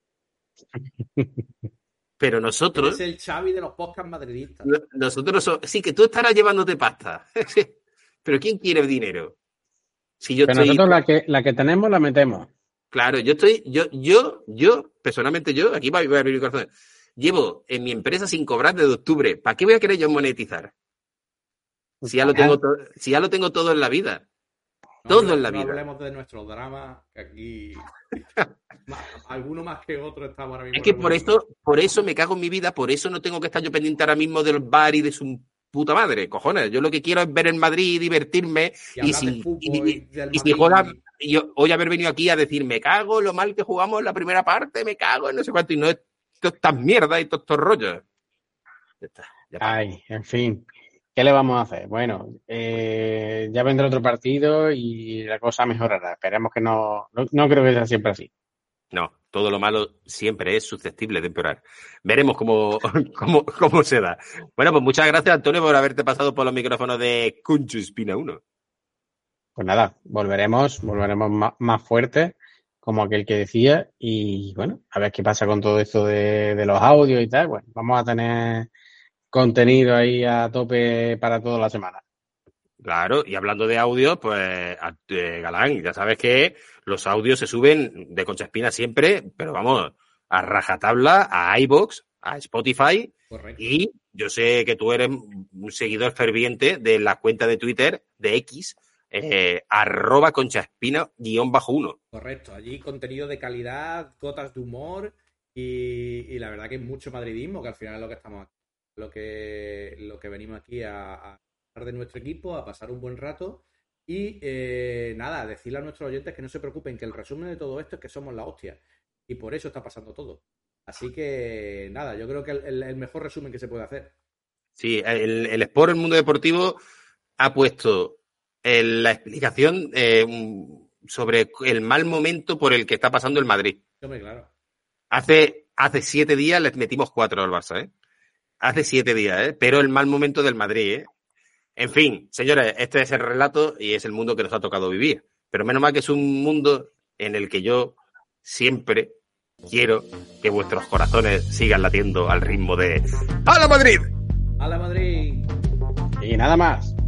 Pero nosotros... Es el Xavi de los podcasts madridistas. Nosotros sí, que tú estarás llevándote pasta. Pero ¿quién quiere dinero? Si yo pero nosotros la que tenemos la metemos. Claro, yo personalmente aquí va a abrir mi corazón. Llevo en mi empresa sin cobrar desde octubre. ¿Para qué voy a querer yo monetizar? Si ya lo tengo todo en la vida. Todo en la vida. No hablemos de nuestro drama, que aquí alguno más que otro estamos ahora mismo. Es que por eso me cago en mi vida, por eso no tengo que estar yo pendiente ahora mismo del bar y de su puta madre, cojones. Yo lo que quiero es ver el Madrid, divertirme y si juega, yo hoy haber venido aquí a decir me cago en lo mal que jugamos en la primera parte, me cago en no sé cuánto, y no es todas estas mierdas y todos estos rollos. Ya está. Ay, en fin. ¿Qué le vamos a hacer? Bueno, ya vendrá otro partido y la cosa mejorará. Esperemos que no creo que sea siempre así. No, todo lo malo siempre es susceptible de empeorar. Veremos cómo se da. Bueno, pues muchas gracias, Antonio, por haberte pasado por los micrófonos de Concha Espina 1. Pues nada, volveremos más fuertes, como aquel que decía, y bueno, a ver qué pasa con todo esto de los audios y tal. Bueno, vamos a tener contenido ahí a tope para toda la semana. Claro, y hablando de audio, pues Galán, ya sabes que los audios se suben de Concha Espina siempre, pero vamos, a rajatabla, a iVoox, a Spotify. Correcto. Y yo sé que tú eres un seguidor ferviente de la cuenta de Twitter de X, @conchaespina_1. Correcto, allí contenido de calidad, cotas de humor y la verdad que mucho madridismo, que al final es lo que estamos aquí. Lo que venimos aquí a hablar de nuestro equipo, a pasar un buen rato y nada, decirle a nuestros oyentes que no se preocupen, que el resumen de todo esto es que somos la hostia y por eso está pasando todo. Así que nada, yo creo que el mejor resumen que se puede hacer. Sí, el Sport, el mundo deportivo, ha puesto la explicación sobre el mal momento por el que está pasando el Madrid. Hombre, claro. Hace 7 días les metimos 4 al Barça, Hace 7 días, pero el mal momento del Madrid, En fin, señores, este es el relato y es el mundo que nos ha tocado vivir. Pero menos mal que es un mundo en el que yo siempre quiero que vuestros corazones sigan latiendo al ritmo de ¡A la Madrid! ¡A la Madrid! Y nada más.